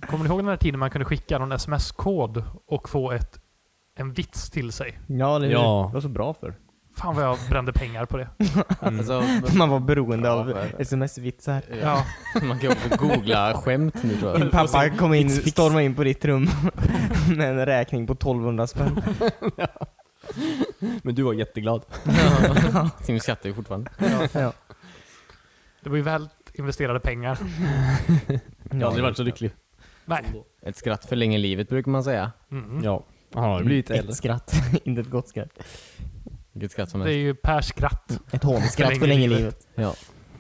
Kommer ni ihåg den här tiden man kunde skicka någon sms-kod och få en vits till sig? Ja, det var så bra för. Fan vad jag brände pengar på det. Alltså, Man var beroende av sms-vitsar. ja. Man kan också googla skämt nu, tror jag. Din pappa kom stormade in på ditt rum med en räkning på 1200 spänn. Men du var jätteglad. Tim skrattar ju fortfarande. Ja. Det var ju väl investerade pengar. Jag har aldrig varit så lycklig. Nej. Ett skratt förlänger livet, brukar man säga. Mm. Ja, han har ju blivit äldre. Ett skratt, inte ett gott skratt. Vilket skratt som Det är helst. ju Per skratt. Ett hånskratt för länge livet. Ja.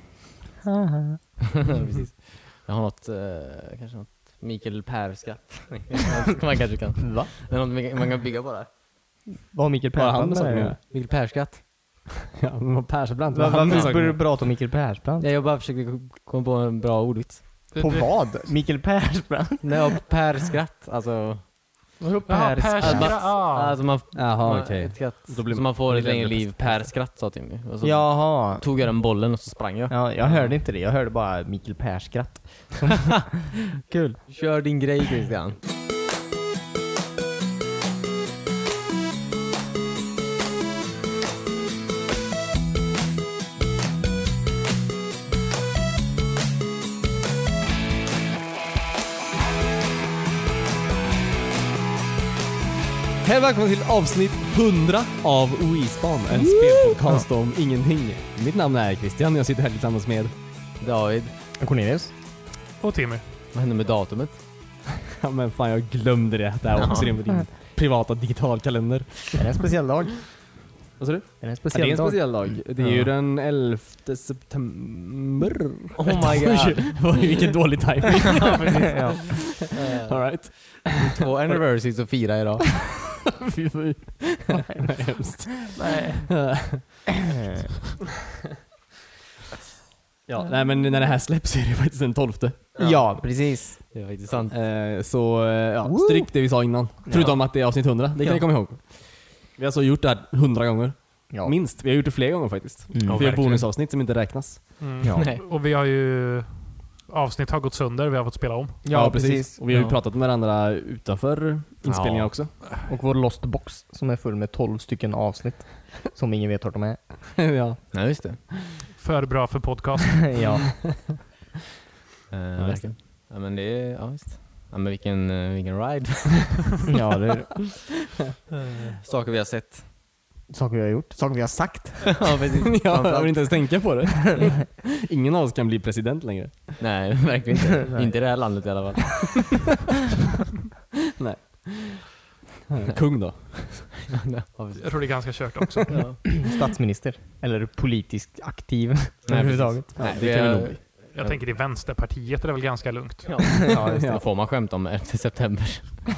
Precis. Jag har något, kanske något Mikael Per-skratt. Man kanske kan. Va? Det är något man kan bygga på där. Vad har Mikael Vad har han Persbrandt med med det? Mikael Per-skratt. Ja, men vad Persbrandt. Varför började du prata om Mikael Persbrandt? Jag bara försökte komma på en bra ordvits. På vad? Mikael Persbrandt? Nej, Per-skratt. Alltså... Vadå Per skratt? Alltså man... Jaha, okej. Ett skratt. Då blir så man får ett blir längre det liv per skratt, sa Timmy. Och så Jaha. tog jag den bollen och så sprang jag. Ja, jag hörde inte det. Jag hörde bara Mikael Perskratt. Kul. Kör din grej, Christian. Hej, välkommen till avsnitt 100 av Wispan, en spelpodcast om ingenting. Mitt namn är Christian, jag sitter här tillsammans med David. Cornelius. Och Timmy. Vad hände med datumet? ja men fan, jag glömde det. Det här också det med din privata digitalkalender. Är det en speciell dag? Vad sa du? Är det en Ja, speciell det är en dag? speciell dag. Det är ju den 11 september. Oh my god. Vilken dålig timing. Ja. All right. 2 anniversaries att fira idag. Fy. Nej, hemskt. Nej. Ja, nej, men när det här släpps är det faktiskt den 12. Ja, precis. Det var faktiskt sant. Stryk det vi sa innan. Förutom att det är avsnitt 100. Det kan ni komma ihåg. Vi har alltså gjort det här 100 gånger. Ja. Minst. Vi har gjort det fler gånger faktiskt. Mm. Vi har verkligen. bonusavsnitt som inte räknas. Ja. Nej. Och vi har ju... Avsnitt har gått sönder, vi har fått spela om. Ja, precis. Och vi har ju Ja. pratat med varandra utanför inspelningar Ja. också. Och vår lost box som är full med 12 stycken avsnitt som ingen vet vart de är. ja. Nej, just det. För bra för podcast. Ja. Verkligen. Ja, men det är... Ja, visst. Ja, men vilken ride. Ja, det är Saker vi har sett. saker vi har gjort. Saker vi har sagt. Ja, precis. Jag vill inte ens tänka på det. Ingen av oss kan bli president längre. Nej, verkligen inte. Nej. Inte i det här landet i alla fall. Nej. Kung då. Jag tror det är ganska kört också. Statsminister. Eller politiskt aktiv Nej, överhuvudtaget. Nej, det kan vi nog bli. Jag tänker i Vänsterpartiet är det väl ganska lugnt. Ja, just det. Då får man skämt om 11 september.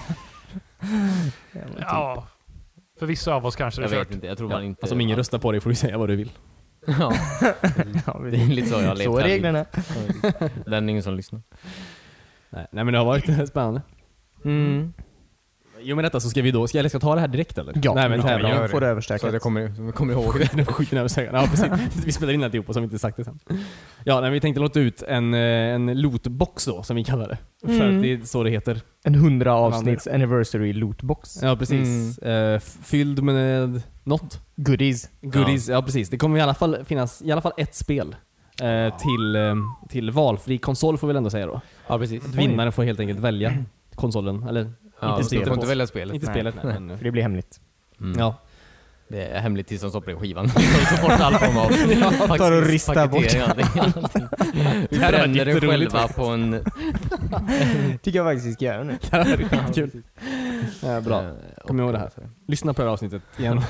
Ja. För vissa av oss kanske det Jag är vet kört. inte. Jag tror man inte... Alltså om ingen röstar på dig får du säga vad du vill. Ja, Ja, det är lite så jag har levt. så är här. reglerna. Den är ingen som lyssnar. Nej, men det har varit spännande. Mm. Jo, med detta så ska jag ta det här direkt eller? Ja, Nej, men vi tävlar. gör det. får det Så överstökat. att jag kommer ihåg det. Det var skiten överstökad. Ja, precis. Vi spelar in det ihop och så har vi inte sagt det sen. Ja, nej, vi tänkte låta ut en lootbox då, som vi kallar det. För att det är så det heter. En 100 avsnitts anniversary lootbox. Ja, precis. Fylld med något. Goodies. Goodies, ja precis. Det kommer i alla fall finnas i alla fall ett spel till valfri konsol får vi väl ändå säga då. Ja, precis. Vinnaren får helt enkelt välja konsolen, eller Ja, Inte du får spelet. inte välja spelet. inte spelet. Nej, men, För det blir hemligt. Mm. ja. Det är hemligt tills de stoppar i skivan. De tar bort all form av tar och ristar bort. paketering. Vi Det här har varit bränner den jätteroligt själva på en... Tycker jag faktiskt vi ska göra nu. Det här är riktigt kul. Ja, bra. Kom ihåg det här. Lyssna på det här avsnittet igen.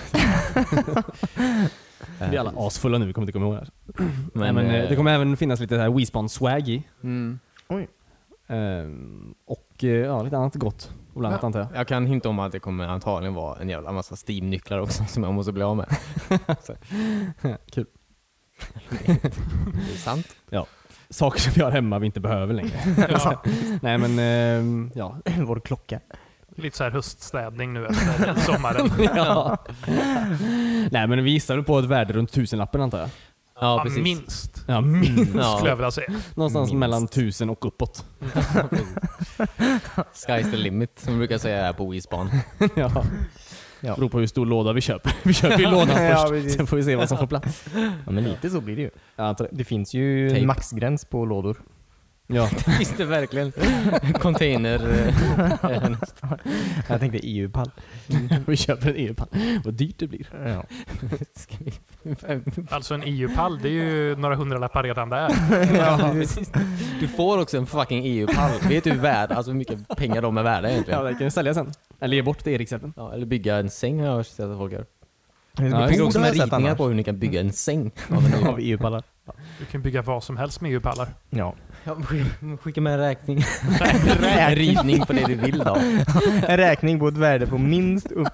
Vi är alla asfulla nu, vi kommer inte komma ihåg det här. Men det kommer även finnas lite så här Wispan swag i. Mm. Och lite annat gott. Och bland annat antar jag. Jag kan hinta om att det kommer antagligen vara en jävla massa Steam-nycklar också som jag måste bli av med. Kul. Det är sant. Ja. Saker som vi har hemma vi inte behöver längre. Ja. Nej men, ja. Vår klocka. Lite så här höststädning nu efter sommaren. ja. Nej men vi gissade på ett värde runt 1000-lappen antar jag. Ja, precis. Minst. Ja, minst. Ja. Skulle jag vilja säga. Någonstans Minst. mellan 1000 och uppåt. Sky's the limit, som vi brukar säga här på Wispan. Ja. Ja. Beror på hur stor låda vi köper. Vi köper ju lådan Ja, först, precis. sen får vi se vad som får plats. Ja, men lite så blir det ju. Jag antar det. Det finns ju Tape. en maxgräns på lådor. Ja. Visst det verkligen. Container. Jag tänkte EU-pall. Vi köper en EU-pall. Vad dyrt det blir. Ja. Ska vi... Alltså en EU-pall, det är ju några hundralappar redan där. Ja, precis. Du får också en fucking EU-pall. Vet du hur mycket pengar de är värda Ja, egentligen? det kan vi sälja sen. Eller ge bort till Erikshjälpen. Ja, eller bygga en säng har jag sett att folk gör. Det Ja, Det finns också borde med jag ha sett ritningar annars. på hur ni kan bygga en säng. Av en Av EU-pallar. Du kan bygga vad som helst med EU-pallar. Ja. Ja, skicka med en räkning. En ritning på det du vill då. En räkning på ett värde på minst upp.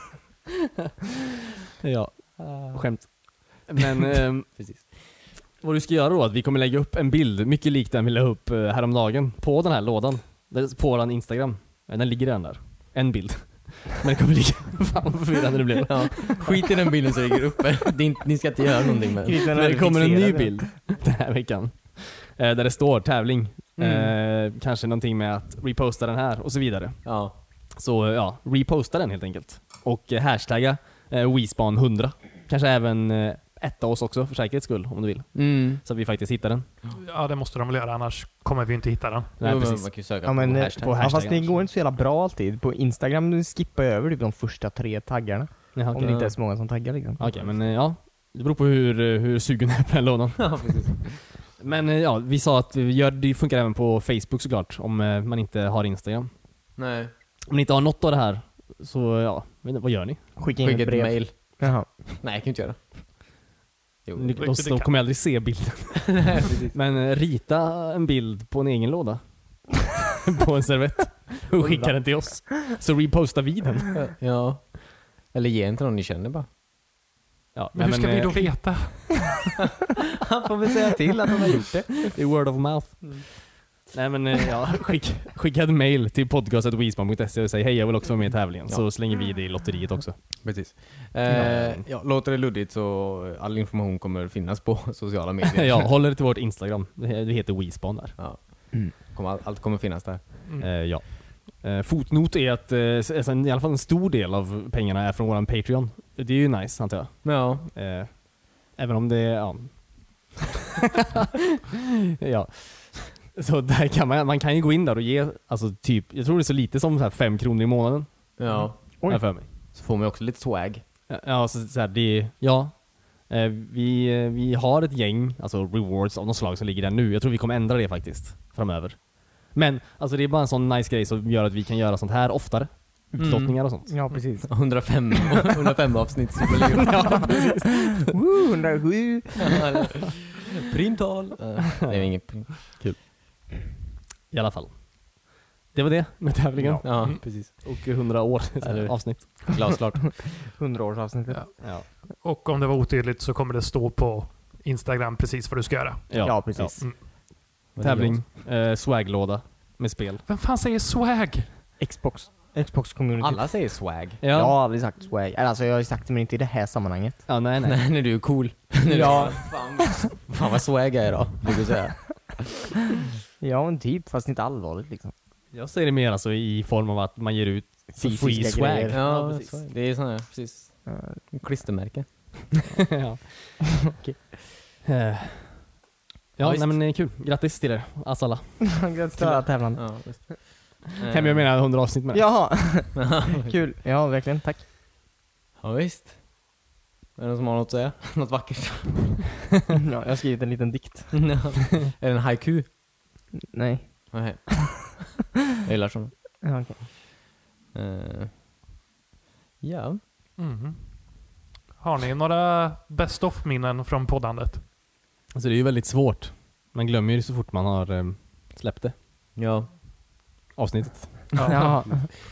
Ja, skämt. Men Precis. vad du ska göra då, att vi kommer lägga upp en bild, mycket lik den vi la upp häromdagen, på den här lådan. På vår Instagram. Den ligger redan där. En bild. Men det kommer ligga... Fan vad förvirrande det blev. Ja. Skit i den bilden som ligger uppe. Det är inte, ni ska inte göra någonting med den. Men det kommer en ny bild den här veckan. Där det står tävling. Kanske någonting med att reposta den här och så vidare. Ja. Så ja, reposta den helt enkelt. Och hashtagga Wispan100. Kanske även etta oss också för säkerhets skull om du vill. Så att vi faktiskt hittar den. Ja, det måste de väl göra, annars kommer vi inte hitta den. Nej, Jo, men precis. man kan ju söka Ja, men, på hashtag. på ja, fast det hashtaggen. går inte så jävla bra alltid. På Instagram du skippar jag över typ de första 3 taggarna. Jaha, Om okej. det inte är så många som taggar liksom. Okej, men ja. Det beror på hur sugen är på den lådan. Ja, precis. Men ja, vi sa att det funkar även på Facebook såklart. Om man inte har Instagram. Nej. Om ni inte har något av det här, så ja, vet inte, vad gör ni? Skicka in Skicka ett ett brev. mail. Jaha. Nej, jag kan inte göra. Jo. De kommer aldrig se bilden. Men rita en bild på en egen låda. På en servett. Och skicka den till oss. Så repostar vi den. Ja. Eller ge den till någon ni känner bara. Ja, Men hur ska vi då veta? Han får väl säga till att han har gjort det. det är word of mouth. Nej men ja, skicka ett mail till podcast@wispan.se och säg hej, jag vill också vara med i tävlingen. Ja. Så slänger vi det i lotteriet också. Precis. Ja, låter det luddigt så all information kommer finnas på sociala medier. Ja, håller det till vårt Instagram. Det heter Wispan där. Ja. Mm. Allt kommer finnas där. Ja. Fotnot är att i alla fall en stor del av pengarna är från våran Patreon. Det är ju nice, antar jag. Ja. Även om det ja. Ja. Så där kan man kan ju gå in där och ge, alltså typ, jag tror det är så lite som så här 5 kronor i månaden. Ja. Oj. Här för mig. Så får man också lite swag. Ja, så här, det, ja. Vi har ett gäng, alltså rewards av något slag som ligger där nu. Jag tror vi kommer ändra det faktiskt framöver. Men alltså det är bara en sån nice grej som gör att vi kan göra sånt här oftare. Utlottningar och sånt. Ja, precis. 105 avsnitt. Ja, precis. 107. Primtal. Det är inget prim. I alla fall. Det var det med tävlingen. Ja, precis. Och 100 år Eller- avsnitt. Glasklart. 100-årsavsnittet. Ja. Och om det var otydligt så kommer det stå på Instagram precis vad du ska göra. Ja, precis. Tävling, swaglåda med spel. Vem fan säger swag? Xbox community. Alla säger swag. Jag har aldrig sagt swag. Alltså jag har ju sagt det men inte i det här sammanhanget. Ja, nej. Nej, när du är cool. Ja. Fan vad swag är idag, vill du säga. Ja, en typ, fast inte allvarligt liksom. Jag säger det mer alltså i form av att man ger ut Fysiska free swag. grejer. Ja, precis. precis. Det är sån här, precis. Klistermärke. Ja. Okej. Ja, Ja, visst. nej men kul. Grattis till er, alltså alla. Grattis till alla tävlande. Ja, just. Jag menar 100 avsnitt med det. Jaha, kul. Ja, verkligen. Tack. Ja, visst. Är det någon som har något att säga? Något vackert? Ja, jag har skrivit en liten dikt. Är det en haiku? Nej. Nej. Jag gillar sånt. Ja, okej. Ja. Mhm. Har ni några best of-minnen från poddandet? Alltså det är ju väldigt svårt. Man glömmer ju så fort man har släppt det. Ja. Avsnittet. Ja.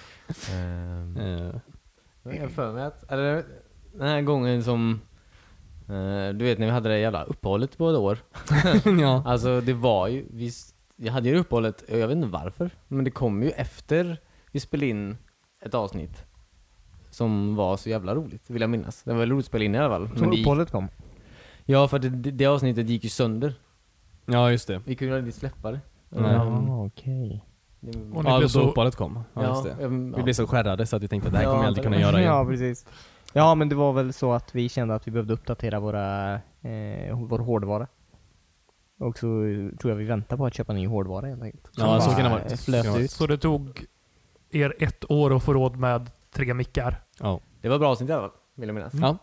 Jag för mig att, eller den här gången som du vet när vi hade det jävla uppehållet på ett år. Ja. Alltså det var ju, jag hade ju det uppehållet, jag vet inte varför, men det kom ju efter vi spelade in ett avsnitt som var så jävla roligt, vill jag minnas. Det var väl roligt att spela in i alla fall. Så uppehållet kom. Ja, för det avsnittet gick ju sönder. Ja, just det. Vi kunde ju aldrig släppa det. Nej. Okej. Och ni Ja, blev då så... uppehållet kom. Ja, just det. Vi blev så skärrade så att vi tänkte att det här Ja, kommer vi aldrig kunna göra igen. Ja, precis. Ja, men det var väl så att vi kände att vi behövde uppdatera vår hårdvara. Och så tror jag vi väntar på att köpa ny hårdvara helt enkelt. Ja, så bara kan det vara. flöt Ja. ut. Så det tog er 1 år att få råd med 3 mickar. Ja. Det var bra avsnitt i alla fall, vill jag minnas. Ja.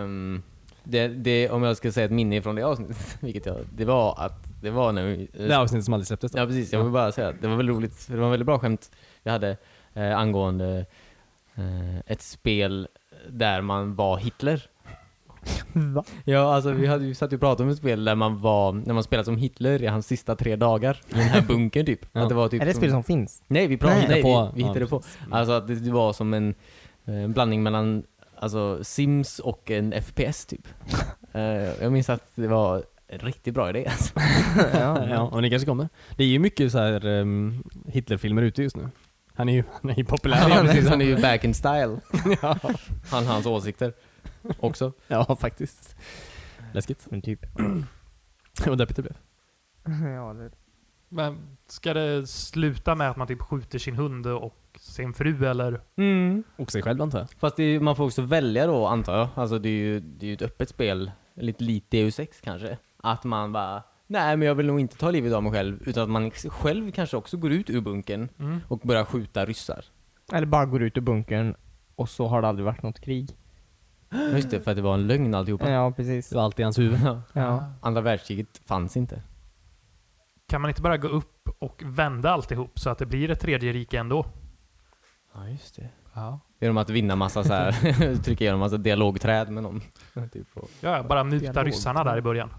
Det, om jag ska säga ett minne från det avsnittet, det var när vi... Det avsnittet som aldrig släpptes då. Ja, precis. Jag vill bara säga att det var väldigt roligt. Det var en väldigt bra skämt vi hade angående ett spel där man var Hitler. Va? Ja, alltså vi hade ju satt och pratat om ett spel där när man spelade som Hitler i hans sista 3 dagar i den här bunkern typ. Ja. Att det var typ Är det ett spel som finns? Nej, vi pratade vi hittade Ja, på. Alltså att det var som en blandning mellan alltså Sims och en FPS typ. Jag minns att det var en riktigt bra idé alltså. Ja, och det kanske kommer. Det är ju mycket så här Hitlerfilmer ute just nu. Han är ju populär. Ja, precis, han är ju back in style. Ja. Hans åsikter också. Ja, faktiskt. Läskigt. Men typ. Och deppigt det blev. Ja, det... Men ska det sluta med att man typ skjuter sin hund och sin fru eller? Och sig själv antar jag. Fast man får också välja då, antar jag. Alltså det är ju ett öppet spel. Lite Deus Ex kanske. Att man bara, nej men jag vill nog inte ta livet av mig själv. Utan att man själv kanske också går ut ur bunkern och börjar skjuta ryssar. Eller bara går ut ur bunkern och så har det aldrig varit något krig. Just det, för att det var en lögn alltihopa. Ja, precis. Det var allt i hans huvud. Ja. Andra världskriget fanns inte. Kan man inte bara gå upp och vända alltihop så att det blir ett tredje rike ändå? Ja, just det. Ja. Genom att vinna massa så här trycka igenom massa dialogträd med någon. Typ Ja, bara muta Dialog. ryssarna där i början.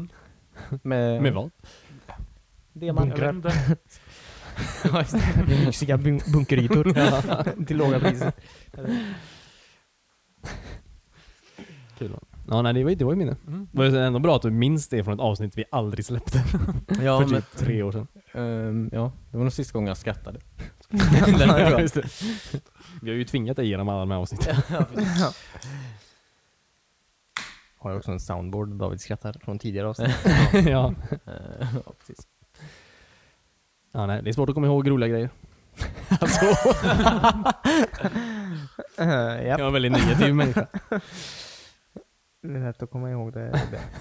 Med vad? Bunkrar. Ja, just det. Lyxiga bunkerytor till låga priser. Kul. Ja, nej, det var ju minne. Det var ändå bra att du minns det från ett avsnitt vi aldrig släppte. Ja, för typ 3 år sedan. ja, det var nog sista gången jag skrattade. Ja, just det. Vi har ju tvingat dig igenom alla de här avsnitten. Har jag också en soundboard där David skrattar från tidigare avsnitt. Ja. Ja, precis. Ja, nej, det är svårt att komma ihåg roliga grejer. Alltså, Ja, jag var en väldigt negativ människa. det är lätt att komma ihåg det.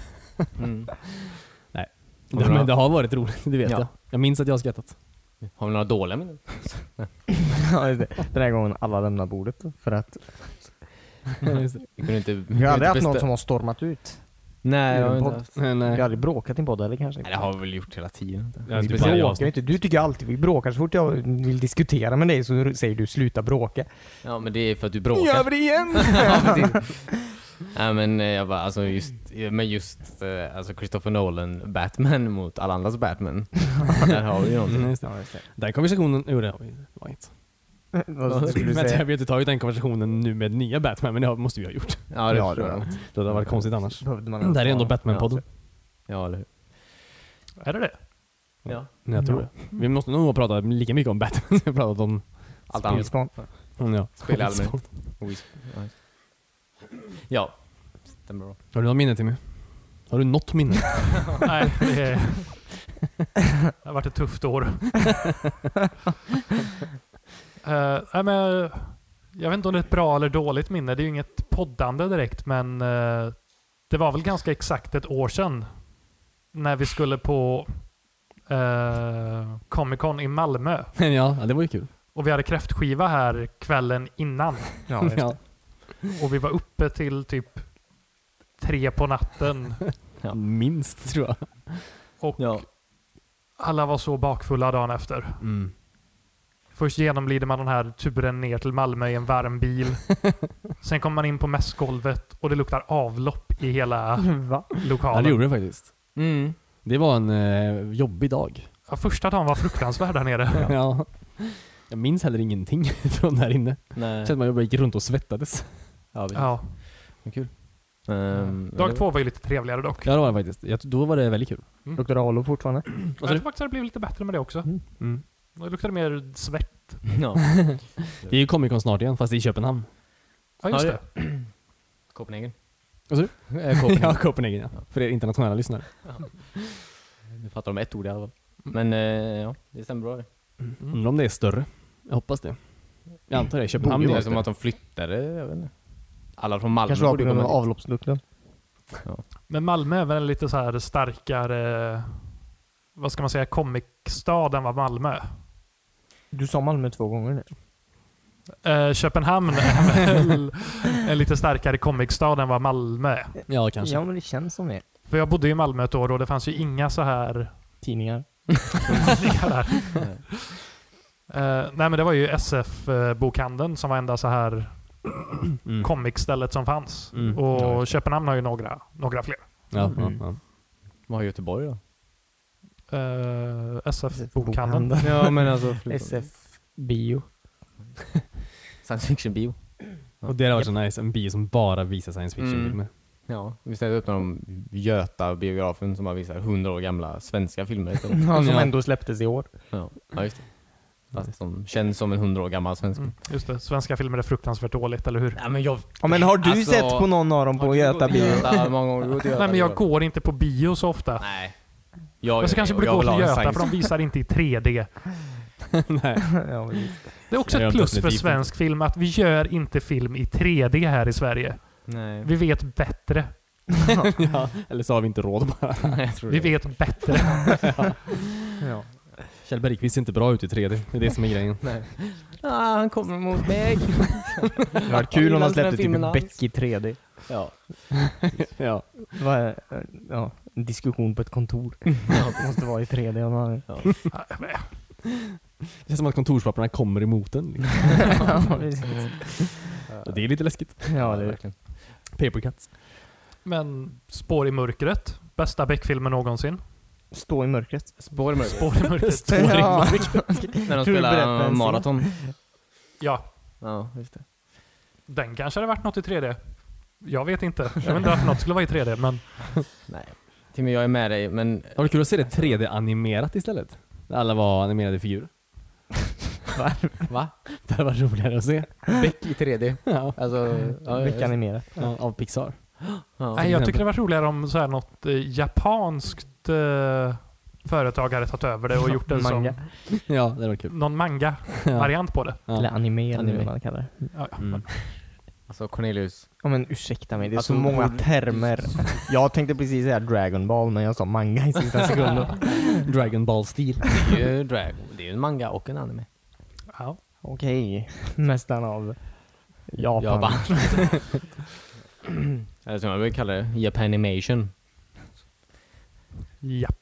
Men det har varit roligt, det vet Ja. jag. Jag minns att jag har skrattat. Har vi några dåliga minnen? Ja, den här gången alla lämnar bordet för att Vi kunde inte... vi har aldrig haft någon som har stormat ut. Nej, i jag har en inte podd. haft. Vi har Nej. aldrig bråkat i en podd eller kanske? Nej, det har vi väl gjort hela tiden. Ja, Vi typ varje bråkar avsnitt. inte. Du tycker alltid vi bråkar. Så fort jag vill diskutera med dig så säger du sluta bråka. Ja, men det är för att du bråkar. Gör vi det igen? Ja, precis. Nej, men jag bara, alltså alltså Christopher Nolan Batman mot alla andras Batman. Där har vi ju någonting. Just det. Den konversationen, det var inte. Vad skulle du Men säga? jag vet inte tagit den konversationen nu med nya Batman, men det måste vi ha gjort. Ja, det Ja, förstår det jag. var- Det hade varit konstigt annars. Behövde man Det här är ändå Ja, Batman-podden. Ja, eller hur? Är det? Ja. Nej, jag tror Ja. det. Vi måste nog prata lika mycket om Batman som vi har pratat om Allt annat. Spelsplan. ja. Spel i allmänhet. Ja. Stämmer bra. Har du något minne, Timmy? Har du något minne? Nej, det har varit ett tufft år. Nej, men jag vet inte om det är ett bra eller dåligt minne. Det är ju inget poddande direkt, men det var väl ganska exakt ett år sedan när vi skulle på Comic Con i Malmö. Ja, det var ju kul. Och vi hade kräftskiva här kvällen innan. Ja, just det. Ja. Och vi var uppe till typ 3 på natten. Ja. Minst, tror jag. Och Ja. alla var så bakfulla dagen efter. Mm. Först genomlider man den här turen ner till Malmö i en varm bil. Sen kommer man in på mässgolvet och det luktar avlopp i hela Va? Ja, lokalen. det gjorde det faktiskt. Mm. Det var en jobbig dag. Ja, första dagen var fruktansvärd där nere. Ja. Jag minns heller ingenting från där inne. Nej. Det känns som att jag gick runt och svettades. Ja, vi- Ja. vad kul. Dag 2 var ju lite trevligare dock. Ja, det var det faktiskt. Då var det väldigt kul. Luktar det avlopp fortfarande? Jag tror faktiskt att det blev lite bättre med det också. Mm. Det luktade mer svett. Ja. Det är ju Comic Con snart igen, fast i Köpenhamn. Ja, just Ja, det. Copenhagen. Copenhagen. Ja, Copenhagen, ja. För er internationella lyssnare. Nu fattar de ett ord i alla fall. Men ja, det stämmer bra det. Undrar om det är större. Jag hoppas det. Jag antar det. Köpenhamn Det är är som att de flyttade, jag vet inte. Alla från Malmö Kanske var på borde grund av komma dit. avloppsluckan. Men Malmö är väl lite så här starkare, vad ska man säga, comicstad än vad Malmö. Du sa Malmö 2 gånger nu. Köpenhamn är väl en lite starkare comicstad än vad Malmö är. Ja, kanske. Ja, men det känns som det. För jag bodde i Malmö ett år och det fanns ju inga så här Tidningar. tidningar där. Nej men det var ju SF-bokhandeln som var enda så här comicstället som fanns. Mm. Och Ja, Köpenhamn har ju några fler. Ja, ja, ja. Vad har Göteborg då? SF-bokhandeln. Ja, men alltså SF-bio. science fiction bio. Och det har varit så nice. En bio som bara visar science fiction-filmer. Ja, vi ställde upp de Göta-biografen som har visat 100 år gamla svenska filmer istället. Ja, som Ja. ändå släpptes i år. Ja, just det. Fast som känns som en 100 år gammal svensk. Just det, svenska filmer är fruktansvärt dåligt, eller hur? Ja, men jag... Ja, men har du Alltså, sett på någon av dem på Göta bio? Många gånger gått till Göta Nej men jag bio. går inte på bio så ofta. Nej. Jag kanske borde gå till Göta för de visar inte i 3D. Nej. Ja, precis. Det är också Det gör ett de plus för definitivt svensk film att vi gör inte film i 3D här i Sverige. Nej. Vi vet bättre. Ja, eller så har vi inte råd bara. Jag tror Vi det. vet bättre. Ja. Kjell Bergqvist ser inte bra ut i 3D. Det är det som är grejen. Nej. Han kommer mot mig. Det hade varit kul om man släppte typ filmen en Beck i 3D. Ja. Ja. Vad är, ja, en diskussion på ett kontor. Det måste vara i 3D. Om man... Det är som att kontorspapperna kommer emot den. Liksom. Ja, precis. Och det är lite läskigt. Ja, det är verkligen. Paper cuts. Men Spår i mörkret. Bästa Beck-filmen någonsin. Stå i mörkret. Spår i mörkret. Spår i mörkret. Ja. När de Tror du berättar spelar en maraton. Ja, Ja, just det. den kanske hade varit något i 3D. Jag vet inte. Jag vet inte varför något skulle vara i 3D, men Nej. Timmy, jag är med dig, men... Var det kul att se det 3D-animerat istället? Där alla var animerade figurer. Va? Det var roligare att se. Beck i 3D. Ja. Alltså... Ja, Mycket animerat. Ja, av Pixar. ja. nej, jag tycker det var roligare om så här något japanskt företag hade tagit över det och gjort det Manga. som Ja, det var kul. någon manga-variant på det. Eller Ja. anime, eller Anime. vad man kallar det. Ja, ja. Mm. Alltså Cornelius. Ja, men ursäkta mig, det är Alltså, så många ord- termer. Jag tänkte precis säga Dragon Ball, men jag sa manga i sista sekunden. Dragon Ball-stil. Det är ju Dragon. Det är ju en manga och en anime. Ja. Okej, nästan av Japan. Japan. Eller som jag vill kalla det, Japanimation. Ja.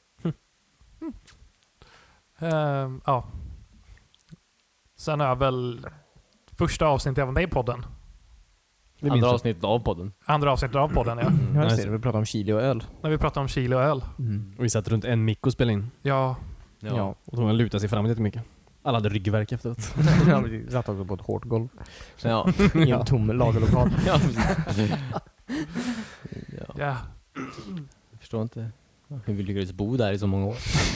Ja. Sen har jag väl första avsnittet av den podden. Det minns Andra jag. avsnittet av podden. Andra avsnittet av podden, ja. Jag nice. ser det, vi pratar om chili och öl. När vi pratar om chili och öl. Och vi satt runt en mick och spelade in. Ja, Ja. Och tog en luta sig framåt jättemycket. Alla hade ryggvärk efteråt. Ja, precis. Satt också på ett hårt golv. Ja. I en tom lagerlokal. Ja, precis. Ja. ja. Jag förstår inte hur vi lyckades bo där i så många år.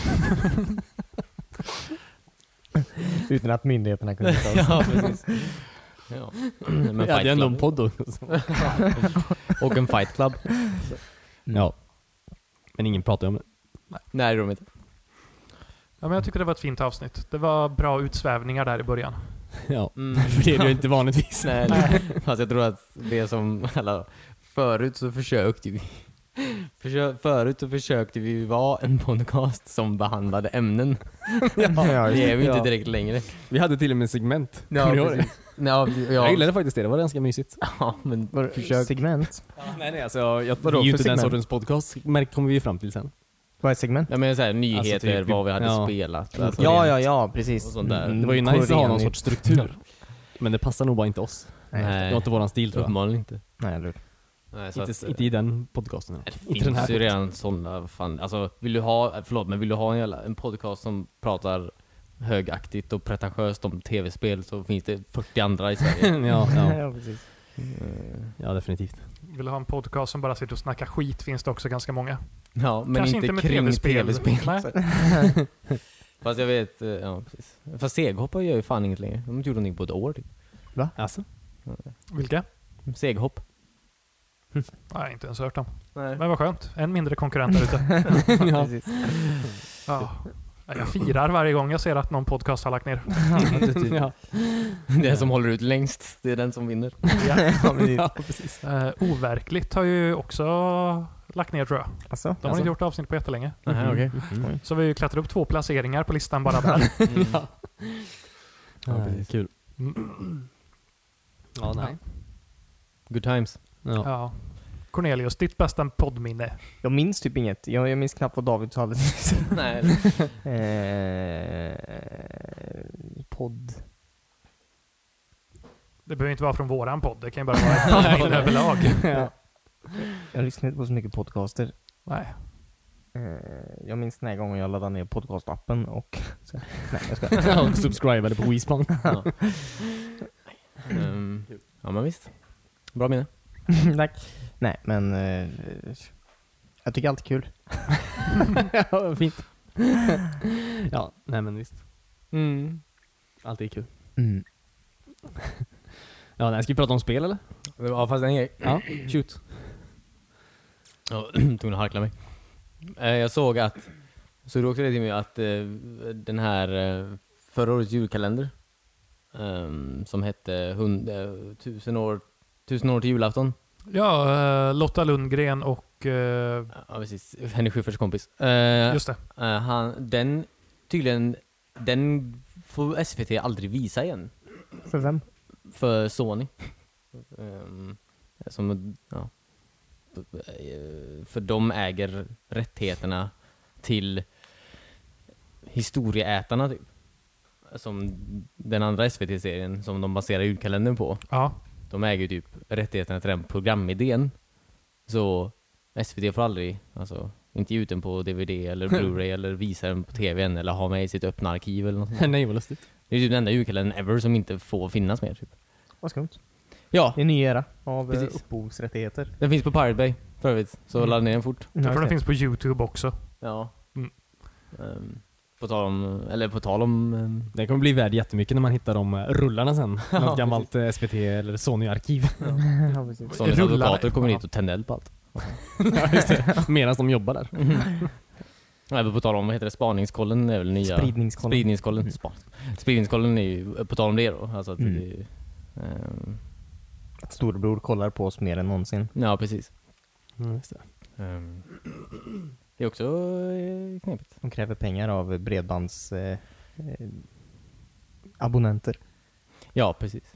Utan att myndigheterna kunde ta oss. Ja, precis. Ja. Men Vi hade Fight ändå en Club. podd då. Och en Fight Club. Ja. Men ingen pratade om det. Nej, det är de inte. Ja, men jag tycker det var ett fint avsnitt. Det var bra utsvävningar där i början. Ja. Mm. För det är det ju inte vanligtvis. Nej, fast jag tror att det som alla... Förut så försökte vi... Förut så försökte vi vara en podcast som behandlade ämnen. Ja, Det är vi inte ja. direkt längre. Vi hade till och med segment. Ja, Kommer ni ihåg det? precis. Ja, Jag gillade faktiskt det. Det var ganska mysigt. Ja, men försök... Segment? Nej, alltså jag Vadå det är ju för inte den segment? sortens podcast. Kommer vi fram till sen. Vad är segment? Jag menar såhär, nyheter, Alltså, typ, vad vi hade ja. spelat. Alltså, Ja, precis. Och sånt där. Det var ju nice att ha någon Korean- sorts struktur. Men det passar nog bara inte oss. Nej, Det var inte våran stil tror jag. uppenbarligen inte. Nej, eller hur? Nej, så Inte, att, inte i den podcasten. det Inte den här finns ju redan sådana, fan, alltså vill du ha en podcast som pratar högaktigt och pretentiöst om tv-spel så finns det 40 andra i Sverige. ja. Ja, precis. Ja, definitivt. Vill du ha en podcast som bara sitter och snackar skit finns det också ganska många. Ja, men Kanske inte inte med kring tv-spel. tv-spel. Nej. Fast jag vet, ja precis. Fast seghoppar gör ju fan inget längre. De har inte gjort någonting på ett år typ. Alltså? Vilka? Seghopp. Nej, inte ens hört dem. Nej. Men vad skönt. En mindre konkurrent där ute. Ja. Precis. Ja. Jag firar varje gång jag ser att någon podcast har lagt ner. Ja. Den som håller ut längst, det är den som vinner. Ja, precis. Ja, precis. Overkligt har ju också lagt ner tror jag. Alltså, De har inte gjort avsnitt på jättelänge. Aha, okej. Mm. Så vi har ju klättrat upp 2 placeringar på listan bara där. Ja. Ja, precis. kul. Mm. Ja, nej. Good times. Ja. Ja. Cornelius, ditt bästa poddminne? jag minns typ inget. Jag minns knappt vad David sa alldeles nyss. Nej. Podd. Det behöver inte vara från våran podd. Det kan ju bara vara ett poddminne överlag. Ja. Jag lyssnar inte på så mycket podcaster. Nej. Jag minns den här gången jag laddade ner podcastappen och... Så, nej, jag ska. Och subscribade på Weespan. Ja. Ja, men visst. Bra minne. Tack. Nej, men... jag tycker allt är kul. Ja, fint. Ja, nej men visst. Allt är kul. Mm. Ja, nej, ska vi prata om spel eller? Ja, fast en grej. Ja, shoot. Ja, tvungen att harkla mig. Jag såg att, så du också det till mig att den här förra årets julkalender som hette 1000 år till julafton. Ja, Lotta Lundgren och... Ja, precis. Henry Schyfferts kompis. just det. Den får SVT aldrig visa igen. För vem? För Sony. Som, ja. För de äger rättigheterna till historieätarna typ. Som den andra SVT-serien som de baserar julkalendern på. Ja. De äger ju typ rättigheterna till den programidén. Så SVT får aldrig, alltså, inte ge ut den på DVD eller Blu-ray eller visa den på TVn eller ha med i sitt öppna arkiv eller något sånt. Nej, vad lustigt. Det är ju den enda julkalendern ever som inte får finnas mer typ. Vad skumt. Ja, Det är en ny era av Precis. upphovsrättigheter. den finns på Pirate Bay för övrigt. Så ladda ner den fort. Jag tror den finns på YouTube också. Ja. Mm. På tal om Det kommer bli värd jättemycket när man hittar de rullarna sen. Ja, Något gammalt SVT eller Sony-arkiv. Ja, precis. Sonys Rullar- advokater kommer ja. hit och tänder eld på allt. Ja, just det. Medan de jobbar där. Även på tal om, vad heter det, spaningskollen är väl nya... Spridningskollen. Spridningskollen. Spridningskollen är ju, på tal om det då. Alltså att Mm. det är, Att storebror kollar på oss mer än någonsin. ja, precis. Just det. Det är också knepigt. De kräver pengar av abonnenter. Ja, precis.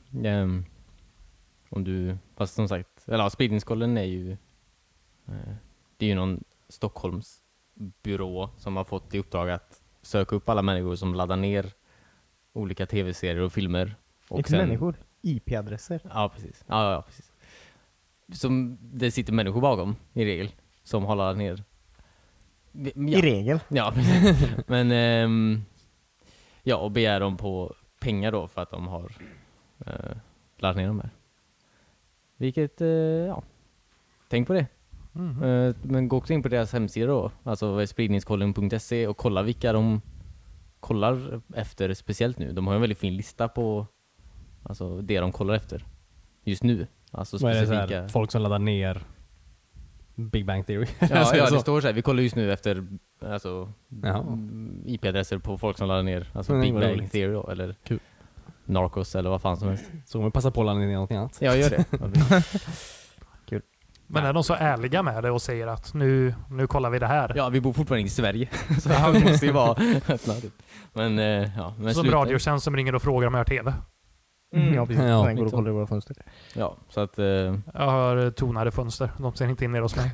Om du, fast som sagt, eller ja, spridningskollen är ju det är ju någon Stockholms byrå som har fått i uppdrag att söka upp alla människor som laddar ner olika tv-serier och filmer. Och Inte människor. IP-adresser. Ja, precis. Ja, precis. Som det sitter människor bakom i regel som har laddat ner. Ja. I regel. Ja, men ja, och begär dem på pengar då för att de har laddat ner dem här. Vilket, ja, tänk på det. Mhm. Men gå också in på deras hemsida då, alltså spridningskollen.se, och kolla vilka de kollar efter speciellt nu. De har en väldigt fin lista på alltså det de kollar efter just nu. Alltså Vad är det så specifika... här, folk som laddar ner Big Bang Theory? Ja, Så- ja, så. det står så här. Vi kollar just nu efter alltså, Jaha. IP-adresser på folk som laddar ner alltså Men det Big var Bang roligt. Theory då, eller Kul. Narcos eller vad fan som helst. Så om vi passar på att ladda ner någonting annat. Ja, gör det. Men är de så ärliga med det och säger att nu kollar vi det här? Ja, vi bor fortfarande i Sverige. Så det måste ju vara öppna. Men, ja. Men Som sluta. Radiotjänst som ringer och frågar om jag har TV. Ja, precis. Ja, Den går och så. kollar i våra fönster. Ja, så att... Jag har tonade fönster. De ser inte in ner hos mig.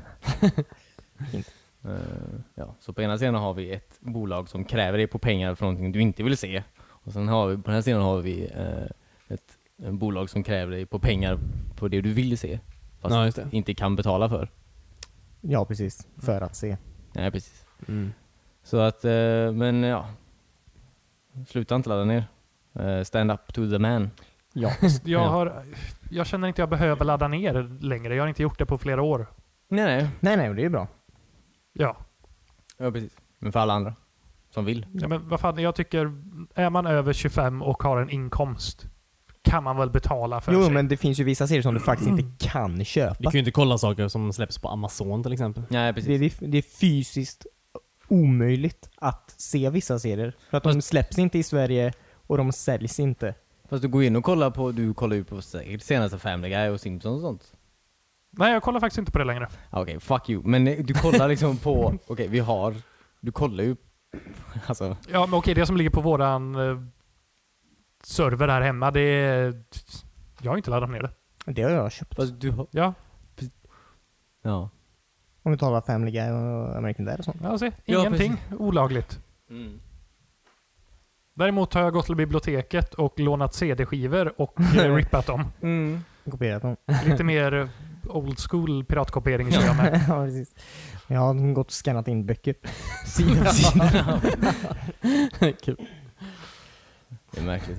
ja, så på ena sidan har vi ett bolag som kräver dig på pengar för någonting du inte vill se. Och sen har vi, på den här sidan har vi ett bolag som kräver dig på pengar på det du vill se. Fast Ja, just det. inte kan betala för. Ja, precis. För att se. Nej, precis. Mm. Så att, men ja. Sluta inte ladda ner. Stand up to the man. Ja. Jag känner inte jag behöver ladda ner längre. Jag har inte gjort det på flera år. Nej. Nej, det är bra. Ja. Ja, precis. Men för alla andra som vill. Ja, men vad fan, jag tycker, är man över 25 och har en inkomst, kan man väl betala för Jo, sig. men det finns ju vissa serier som du faktiskt inte kan Vi köpa. kan ju inte kolla saker som släpps på Amazon till exempel. Nej, precis. Det är fysiskt omöjligt att se vissa serier. För att de släpps inte i Sverige och de säljs inte. Fast du går in och kollar på, du kollar ju på säkert senaste Family Guy och Simpsons och sånt. Nej, jag kollar faktiskt inte på det längre. Okej, fuck you. Men du kollar liksom på, du kollar ju, alltså, Ja, men okej, det som ligger på våran server här hemma, det är... Jag har inte laddat ner det. Det har jag köpt. fast du har, Ja, ja. Om vi talar Family Guy och American Dad och sånt. alltså, Ja, ingenting olagligt. Mm. Däremot har jag gått till biblioteket och lånat CD-skivor och rippat dem. Kopierat dem. Lite mer old school piratkopiering kör jag med. Ja, precis. Jag har gått och skannat in böcker. Sida vid sida. Kul. Det är märkligt.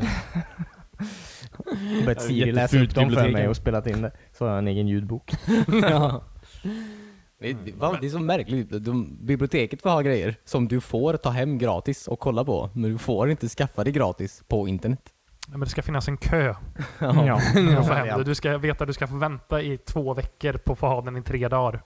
Bett Siri läsa upp dem för mig och spelat in det. Så har jag en egen ljudbok. Ja. Det är så märkligt. Biblioteket får ha grejer som du får ta hem gratis och kolla på. Men du får inte skaffa det gratis på internet. Ja, men det ska finnas en kö Ja. för att få hem det. Du ska veta att du ska få vänta i 2 veckor på att få ha den i 3 dagar.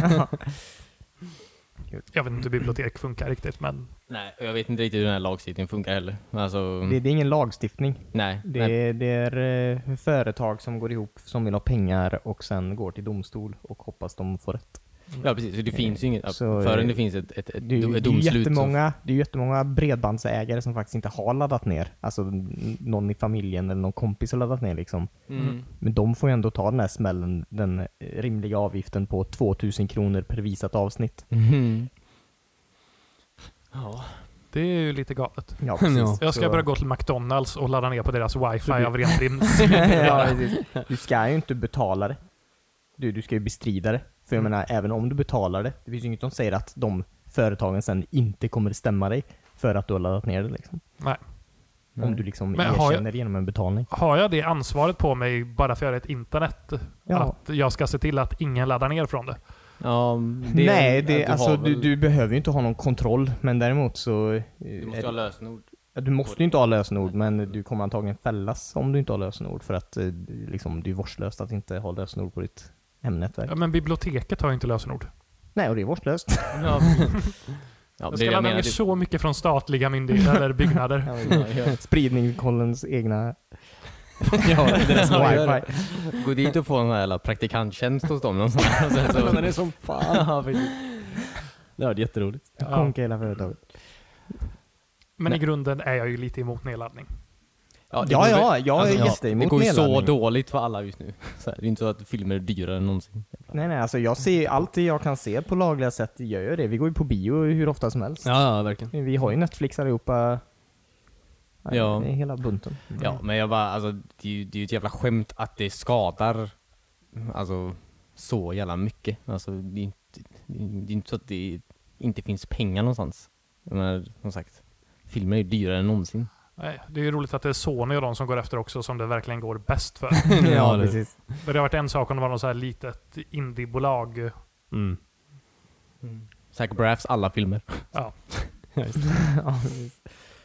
Jag vet inte hur bibliotek funkar riktigt, men... Nej, jag vet inte riktigt hur den här lagstiftningen funkar heller. Alltså, Det är ingen lagstiftning. nej. Det är företag som går ihop som vill ha pengar och sen går till domstol och hoppas de får rätt. Ja, precis. Så det finns ju inget... Så, förrän det finns ett Det är ju domslut. jättemånga bredbandsägare som faktiskt inte har laddat ner. Alltså någon i familjen eller någon kompis har laddat ner liksom. Men de får ju ändå ta den här smällen, den rimliga avgiften på 2000 kronor per visat avsnitt. Ja. Det är ju lite galet. Ja, precis. Ja. Jag ska Så- börja gå till McDonalds och ladda ner på deras wifi Så du- av ren prins. Ja, precis. Du ska ju inte betala det. Du ska ju bestrida det. För jag menar, även om du betalar det, det finns ju inget som säger att de företagen sen inte kommer stämma dig för att du har laddat ner det liksom. Nej. Om du liksom Men har erkänner genom en betalning. Har jag det ansvaret på mig bara för att jag har ett internet? Ja. Att jag ska se till att ingen laddar ner från det? Ja, Nej, att alltså har väl- du behöver ju inte ha någon kontroll, men däremot så... Du måste ha lösenord. Du måste ju inte ha lösenord, men du kommer antagligen fällas om du inte har lösenord, för att liksom, det är vårdslöst att inte ha lösenord på ditt hemnätverk. Ja, men biblioteket har ju inte lösenord. Nej, och det är vårdslöst. Ja, ja, Jag ska ladda ner så mycket från statliga myndigheter eller byggnader. Spridningskollens egna Ja, det är som wifi. Gå dit och få en jävla praktikanttjänst hos dem någonstans. Och sen så... Den är som fan. Ja, precis. Det var jätteroligt. Ja. Konka hela företaget. Men Nej. i grunden är jag ju lite emot nedladdning. Ja, det Ja, går väl- jag är alltså, jätteemot det går ju så nedladdning. dåligt för alla just nu. Så här, det är inte så att filmer är dyrare än någonsin. Nej, alltså jag ser allt det jag kan se på lagliga sätt, gör jag det. Vi går ju på bio hur ofta som helst. Ja, verkligen. Vi har ju Netflix allihopa. Ja. Det är hela bunten. Ja, men jag bara, alltså, det är ju ett jävla skämt att det skadar, alltså, så jävla mycket. Alltså, det är inte så att det inte finns pengar någonstans. Men som sagt, filmer är ju dyrare än någonsin. Nej, det är ju roligt att det är Sony och de som går efter också som det verkligen går bäst för. Ja, det- precis. För det har varit en sak om det var något så här litet indiebolag. Mm. Zac Braffs alla filmer. Ja. Ja, precis.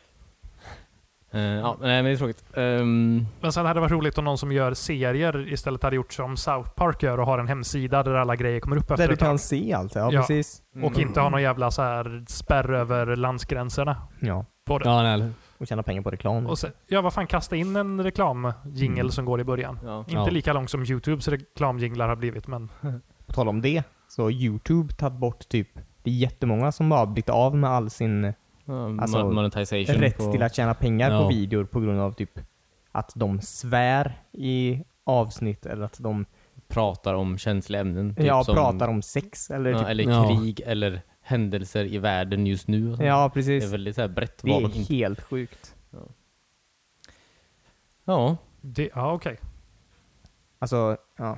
Ja, nej men det är tråkigt. Men sen hade det varit roligt om någon som gör serier istället hade gjort som South Park gör och har en hemsida där alla grejer kommer upp efter Där du ett tag. kan se allt, ja, Ja. precis. Och inte ha någon jävla så här spärr över landsgränserna Ja. på det. Ja, nej, eller hur? Och tjäna pengar på reklam. Och sen, ja, vad fan, kasta in en reklamjingle som går i början. Ja. Inte Ja. lika lång som YouTubes reklamjinglar har blivit, men... På tal om det, så har YouTube tagit bort typ, det är jättemånga som bara blivit av med all sin Alltså, monetization rätt på... till att tjäna pengar Ja. på videor på grund av typ att de svär i avsnitt eller att de pratar om känsliga ämnen. Typ ja, som, pratar om sex eller ja, typ, eller Ja. krig eller händelser i världen just nu. Och sånt. ja, Det precis. är väldigt så här brett Det vad är de inte... helt sjukt. Ja. Ja, okej. Alltså, ja.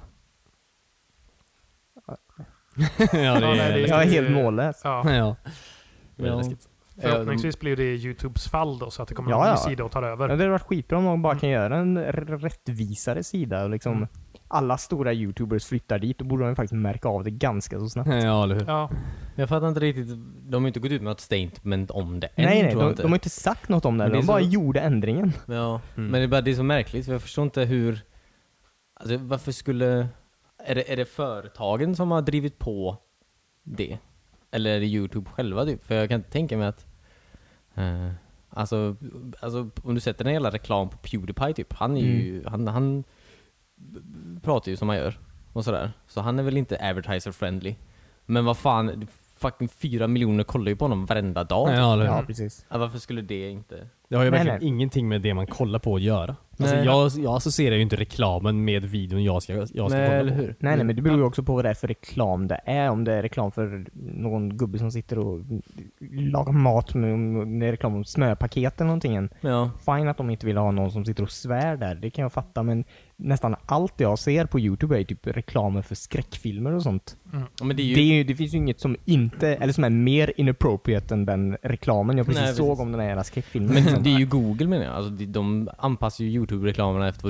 Ja, det Ja, nej, det är... Jag är helt mållös. Ja. Ja. Väldigt Ja. läskigt. Förhoppningsvis blir det YouTubes fall då, så att det kommer Ja, någon ny ja. sida och tar Ja, över. det hade varit skitbra om man bara kan göra en rättvisare sida och liksom alla stora YouTubers flyttar dit, då borde de faktiskt märka av det ganska så snabbt. Ja, eller hur? Ja. Jag fattar inte riktigt, de har inte gått ut med något statement om det än, Nej, tror jag de har inte sagt något om det. Men det är De bara så- gjorde ändringen. Ja, Mm. men det är så märkligt, för jag förstår inte hur... Alltså varför skulle... Är det företagen som har drivit på det? Eller är det YouTube själva typ? För jag kan inte tänka mig att... Alltså om du sätter en jävla reklam på PewDiePie typ, han är ju... Han pratar ju som han gör. Och sådär. Så han är väl inte advertiser friendly. Men vad fan... Fucking 4 miljoner kollar ju på honom varenda dag. Ja, eller hur? Ja, precis. Varför skulle det inte... Det har ju Nej, verkligen nej. ingenting med det man kollar på att göra. Nej. Alltså jag associerar ju inte reklamen med videon jag ska Nej, kolla eller på. hur? Nej, men det beror ju också på vad det är för reklam det är. Om det är reklam för någon gubbe som sitter och lagar mat, med det är reklam om smörpaket eller någonting. Ja. Fine att de inte vill ha någon som sitter och svär där, det kan jag fatta, men nästan allt jag ser på YouTube är typ reklamer för skräckfilmer och sånt. Ja, men det är ju... Det finns ju inget som inte, eller som är mer inappropriate än den reklamen jag precis Nej, såg precis. om den här jävla skräckfilmen. Men det är ju Google menar jag. Alltså, de anpassar ju YouTube-reklamerna efter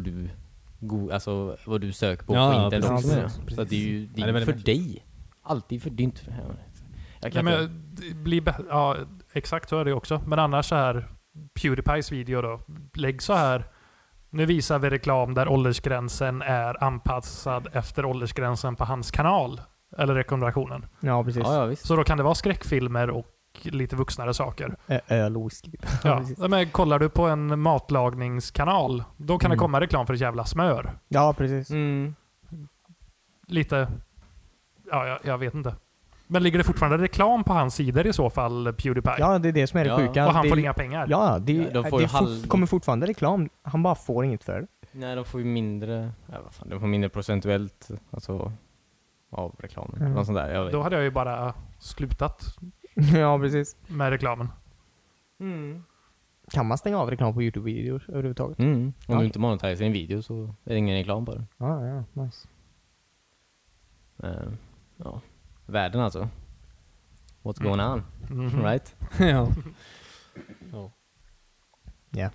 vad du söker på Ja, på ja, internet precis. också menar jag. Precis. Så att det är ju Ja, det är för väldigt dig. Alltid för, det är inte för... Jag Nej, kan inte... men det blir ja, exakt så är det också. Men annars så här, PewDiePies video då, lägg så här. Nu visar vi reklam där åldersgränsen är anpassad efter åldersgränsen på hans kanal. Eller rekommendationen. Ja, precis. Ja, visst. Så då kan det vara skräckfilmer och lite vuxnare saker. Öl och whisky. Ja, precis. men kollar du på en matlagningskanal, då kan det Mm. komma reklam för ett jävla smör. Ja, precis. Mm. Lite... Ja, jag vet inte. Men ligger det fortfarande reklam på hans sidor i så fall, PewDiePie? Ja, det är det som är det Ja. sjuka. Och han det, får inga pengar? Ja, det, Ja, de får ju kommer fortfarande reklam. Han bara får inget för det. Nej, de får ju mindre... Ja, vad fan, de får mindre procentuellt alltså, av reklamen. Mm. Något sånt där, jag vet. Då hade jag ju bara slutat Ja, precis. med reklamen. Mm. Kan man stänga av reklam på YouTube-videor överhuvudtaget? Mm. Om Ja. du inte monetiserar en video så är det ingen reklam på den. Ja, nice. Ja. Världen alltså. What's going on? Mhm. Right? Ja. Ja.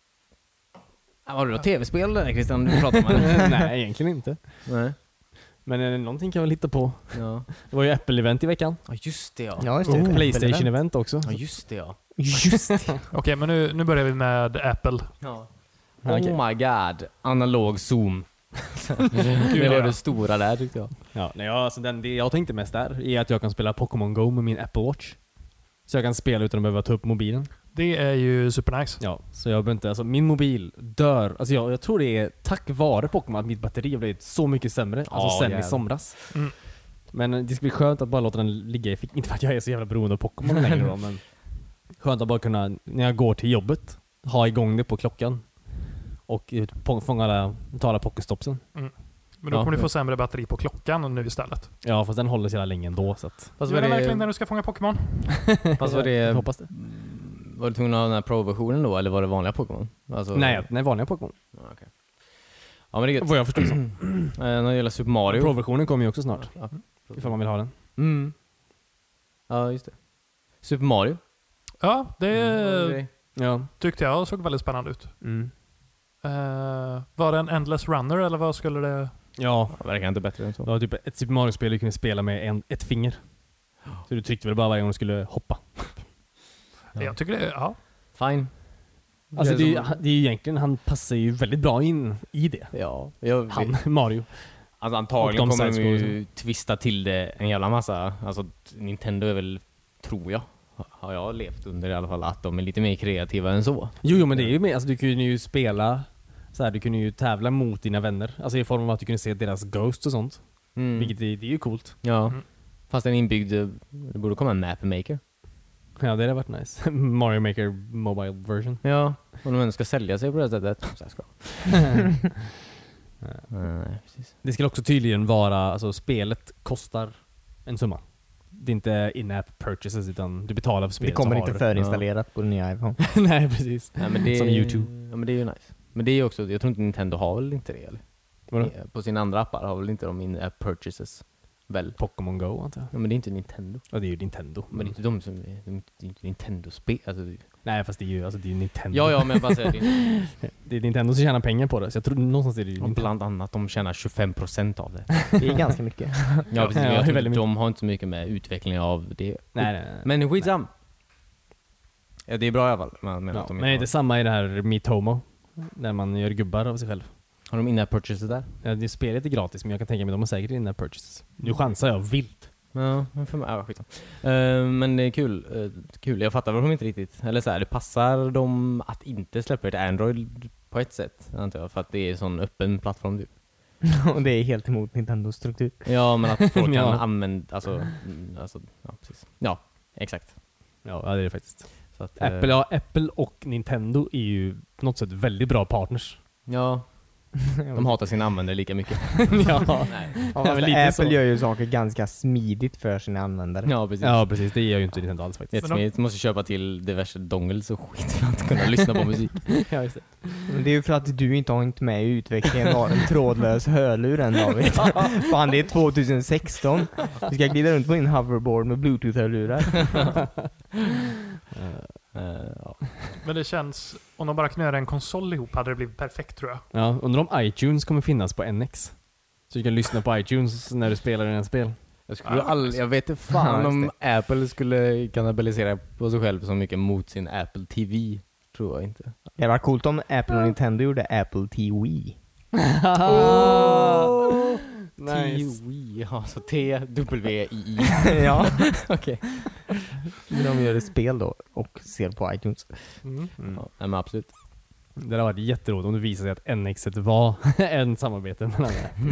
Var det då tv-spel där Christian du pratade om? eller? Nej, egentligen inte. Nej. Men någonting kan jag väl hitta på. Ja. Det var ju Apple-event i veckan. Ja, just det ja. Ja, just det. Playstation-event också. Ja, just det ja. Just det. Okej, men nu börjar vi med Apple. Ja. Okej. Oh my god. Analog zoom. Det var det stora där tyckte jag. Ja, nej, alltså det jag tänkte mest där är att jag kan spela Pokémon Go med min Apple Watch. Så jag kan spela utan att behöva ta upp mobilen. Det är ju supernice. Ja, så jag behöver inte, alltså min mobil dör. Alltså jag tror det är tack vare Pokémon att mitt batteri har blivit så mycket sämre. Alltså Ja, sen jävlar. i somras. Mm. Men det ska bli skönt att bara låta den ligga i fickan. Inte för att jag är så jävla beroende av Pokémon längre då, men skönt att bara kunna, när jag går till jobbet, ha igång det på klockan. Och fånga ta alla Pokestopsen. Men då Ja. kommer du få sämre batteri på klockan nu istället. Ja, fast den håller så jävla länge ändå, så att... Fast Gör det verkligen när du ska fånga Pokémon? Fast var Jag det... hoppas det. Var du tvungen att ha den här Pro-versionen då, eller var det vanliga Pokémon? Alltså... Nej, vanliga Pokémon. Ja, okej. Ja, men det är gött. Vad jag förstår så. När det gäller Super Mario. Pro-versionen kommer ju också snart. Ja. Ifall man vill ha den. Mm. Ja, just det. Super Mario. Ja, det Ja. tyckte jag såg väldigt spännande ut. Mm. Var det en Endless Runner eller vad skulle det... Ja. Ja, verkar inte bättre än så. Det var typ ett Super Mario-spel du kunde spela med ett finger. Så du tryckte väl bara varje gång du skulle hoppa. Ja. Jag tycker det... Ja. Fine. Alltså Det är det är ju egentligen, han passar ju väldigt bra in i det. Ja. Han, Mario. Alltså antagligen Och de kommer de ju sidescrolls. twista till det en jävla massa. Alltså Nintendo är väl, tror jag, har jag levt under i alla fall, att de är lite mer kreativa än så. Jo men det är ju mer, alltså du kunde ju spela så här, du kunde ju tävla mot dina vänner. Alltså i form av att du kunde se deras ghosts och sånt. Mm. Vilket det är ju coolt. Ja. Mm. Fast en inbyggd, det borde komma en map maker. Ja, det hade varit nice. Mario Maker Mobile version. Ja. Om de ändå ska sälja sig på det sättet. Så här ska. Nej, precis. Det ska också tydligen vara, alltså spelet kostar en summa. Det är inte in-app purchases utan du betalar för Det spelet. kommer så inte har du förinstallerat på den nya iPhone. det. Nej, precis. Nej, men det, Som YouTube. Ja, men det är ju nice. Men det är ju också, jag tror inte Nintendo har väl inte det eller? Vadå? På sina andra appar har väl inte de in-app purchases? Väl? Pokémon Go antar jag. Ja, men det är inte Nintendo. Ja, det är ju Nintendo. Men det är inte de som är, det är inte Nintendo-spel. Alltså, Nej, Nej, fast det är ju, alltså, det är ju Nintendo. Ja, men jag bara säger det. Det är Nintendo som tjänar pengar på det, så jag tror någonstans är det ju Och Nintendo. bland annat, de tjänar 25% av det. Det är ganska mycket. Ja, precis. Ja, Jag tror väldigt de har inte så mycket med utveckling av det. Nej. Men skitsam. Ja, det är bra i alla fall. Ja, men är det samma i det här Miitomo? Där man gör gubbar av sig själv. Har de in-app purchases där? Ja, det spelet är gratis, men jag kan tänka mig att de har säkert in-app purchases. Nu chansar jag vilt. Ja, för mig, skitsam. Men det är kul. Jag fattar väl de inte riktigt. Eller så här, det passar dem att inte släppa ett Android på ett sätt, antar jag. För att det är en sån öppen plattform typ. Och det är helt emot Nintendos struktur. Ja, men att folk Ja. kan använda, alltså, ja, precis. Ja, exakt. Ja, det är det faktiskt. Så att, Apple och Nintendo är ju på något sätt väldigt bra partners. Ja, de hatar sina användare lika mycket. Ja. Ja, fast men lite Apple så. gör ju saker ganska smidigt för sina användare. Ja, precis. Ja, precis. Det gör ju inte Nintendo alls faktiskt. Jättesmidigt. Måste köpa till diverse dongles och skit för att kunna lyssna på musik. Ja, just det. Men det är ju för att du inte har hängt med i utvecklingen av en trådlös hörlur än, David. Fan, det är 2016. Du ska glida runt på din hoverboard med bluetooth-hörlurar. Ja. Men det känns, om de bara kunde göra en konsol ihop hade det blivit perfekt tror jag. Ja, undrar om iTunes kommer finnas på NX. Så du kan lyssna på iTunes när du spelar en spel. Jag vet inte fan om Apple skulle kannibalisera på sig själv så mycket mot sin Apple TV. Tror jag inte. Det var coolt om Apple och Nintendo gjorde Apple TV. Nice. TV, ja, så T-W-I-I. Ja, Okej. men de gör ett spel då och ser på iTunes. Mm. Ja, nej, men absolut. Det hade varit jätteroligt om det visade sig att NX var en samarbete mellan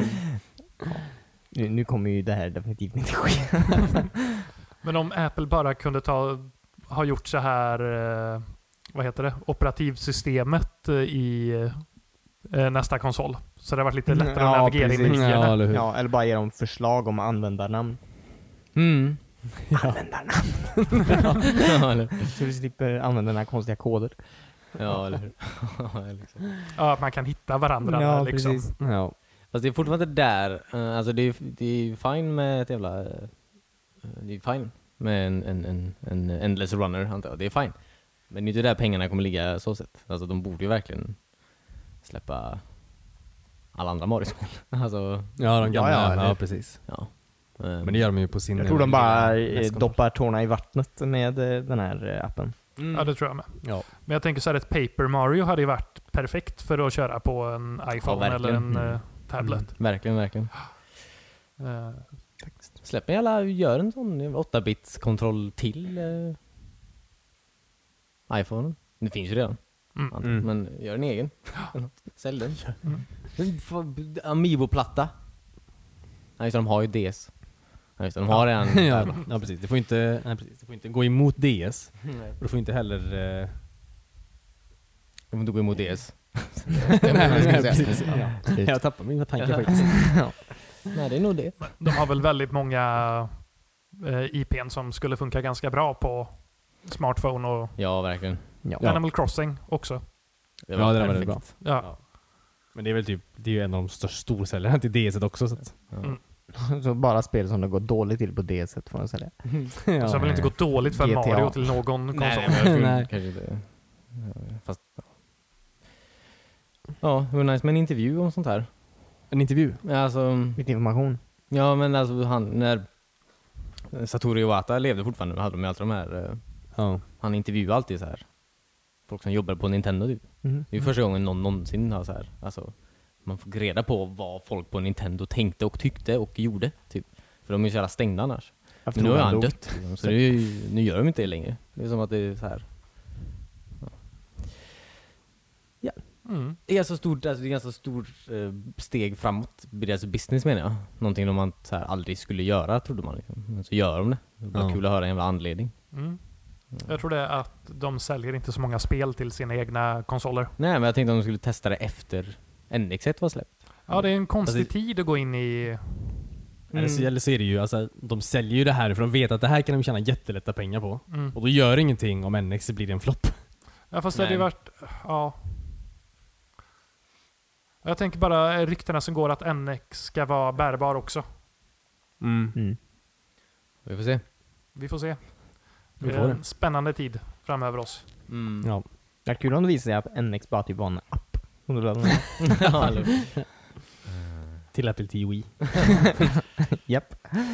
det. Nu kommer ju det här definitivt inte ske. Men om Apple bara kunde ha gjort så här, vad heter det, operativsystemet i nästa konsol. Så det har varit lite lättare att navigera i precis. menyerna. Ja, eller hur? Ja, eller bara ge dem förslag om användarnamn. Mm. Användarnamn! Ja, eller Så du slipper använda den här konstiga koder. Ja, eller hur? Ja, liksom. Ja, att man kan hitta varandra Ja, där, liksom. precis. Ja. Fast det är fortfarande där. Alltså det är fine med ett jävla... Det är fine med en endless runner, antar jag. Det är fine. Men det är inte där pengarna kommer ligga så sett. Alltså de borde ju verkligen släppa alla andra Mario-spel. Alltså, Ja, de gamla. Ja, Ja, det- precis. ja. Men det gör de ju på sin... Jag tror de bara nästa doppar tårna i vattnet med den här appen. Ja, det tror jag med. Ja. Men jag tänker så här, ett Paper Mario hade ju varit perfekt för att köra på en iPhone eller verkligen. en tablet. Verkligen, verkligen. Eh, Släpp mig alla, gör en sån 8-bits kontroll till iPhone. Det finns ju redan. Mm. antar jag. Mm. Men gör en egen. Sälj den. Mm. Amiibo-platta. Ja, just det, de har ju DS. Ja, just det, de har redan... Ja, ja, precis. Det får inte, nej, precis. Det får inte gå emot DS. Och det får inte heller... De får inte gå emot DS. nej, precis. Ja. Jag tappar mina tankar faktiskt. Nej, det är nog det. De har väl väldigt många IPn som skulle funka ganska bra på smartphone och Ja, verkligen. Ja. Animal Crossing också. Det Ja, det där var perfekt. väldigt bra. Ja. Men det är väl typ, det är ju en av de största storsäljarna till DS också. Så att, Ja. Mm. Så bara spel som det går dåligt till på det sättet får man säga. Så det har väl inte gått dåligt för GTA. Mario till någon konsol. Nej, men jag tror Nej. kanske inte... Fast... Ja, det var nice med en intervju om sånt här. En intervju? Ja, alltså... Lite information. Ja, men alltså när Satoru Iwata levde fortfarande, hade de ju alltid de här... Ja. Han intervjuade alltid så här folk som jobbar på Nintendo typ. Mhm. Det är ju första gången någon någonsin har så här, alltså man får reda på vad folk på Nintendo tänkte och tyckte och gjorde typ. För de är ju så jävla stängda annars. Jag Men nu tror har han han dog. dött liksom, så det är ju, nu gör de inte det längre. Det är som att det är så här. Mm. Det är alltså stort, alltså det är ganska stort steg framåt i deras business menar jag. Någonting de man så här aldrig skulle göra trodde man liksom. Men så gör de det. Det är bara Ja. kul att höra en jävla anledning. Mm. Jag tror det är att de säljer inte så många spel till sina egna konsoler. Nej, men jag tänkte om de skulle testa det efter NX1 var släppt. Ja, det är en konstig Alltså- tid att gå in i... Eller så är det ju, alltså, de säljer ju det här för de vet att det här kan de tjäna jättelätta pengar på. Mm. Och då gör det ingenting om NX blir en flopp. Ja, fast det hade ju Nej. varit... Ja. Jag tänker bara ryktena som går att NX ska vara bärbar också. Mm. Vi får se. Vi får se. Vi Det får är det. en spännande tid framöver oss. Ja. Det är kul om det visar sig att NX bara typ var en app. Ja, eller... Till Apple TV. Japp.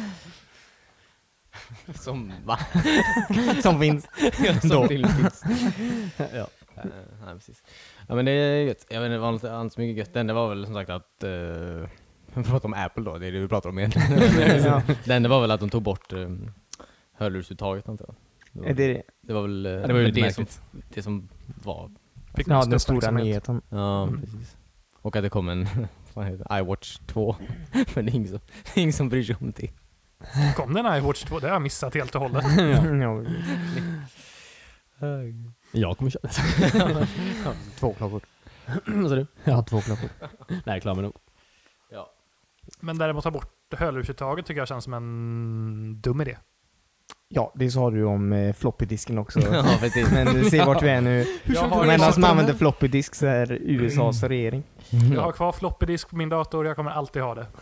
Som, va? Som finns. Som till finns. Ja. Nej, precis. Ja, men det är gött. Jag vet inte, det var inte så mycket gött. Det var väl som sagt att... vi pratar om Apple då, det är det vi pratar om egentligen. Ja. Det enda var väl att de tog bort hörlursuttaget, antar jag. Det var väl det var ju lite det som var... Fick Ja, mest den stora uppmärksamhet. nyheten. Ja, precis. Och att det kom en vad heter det? iWatch 2. Men det är ingen som bryr sig om det. Kom den här iWatch 2? Det har jag missat helt och hållet. Ja. Jag kommer köpa det. 2 klockor. Vad sa du? Ja, 2 klockor. Nej, klar med nog. Ja. Men däremot ta bort hörlursuttaget tycker jag känns som en dum idé. Ja, det sa du om floppy-disken också. Ja, precis. Men du ser vart vi är nu. Jag har De enda ersatt som den använder här. floppy disk så är USAs regering. Jag har kvar floppy disk på min dator, jag kommer alltid ha det.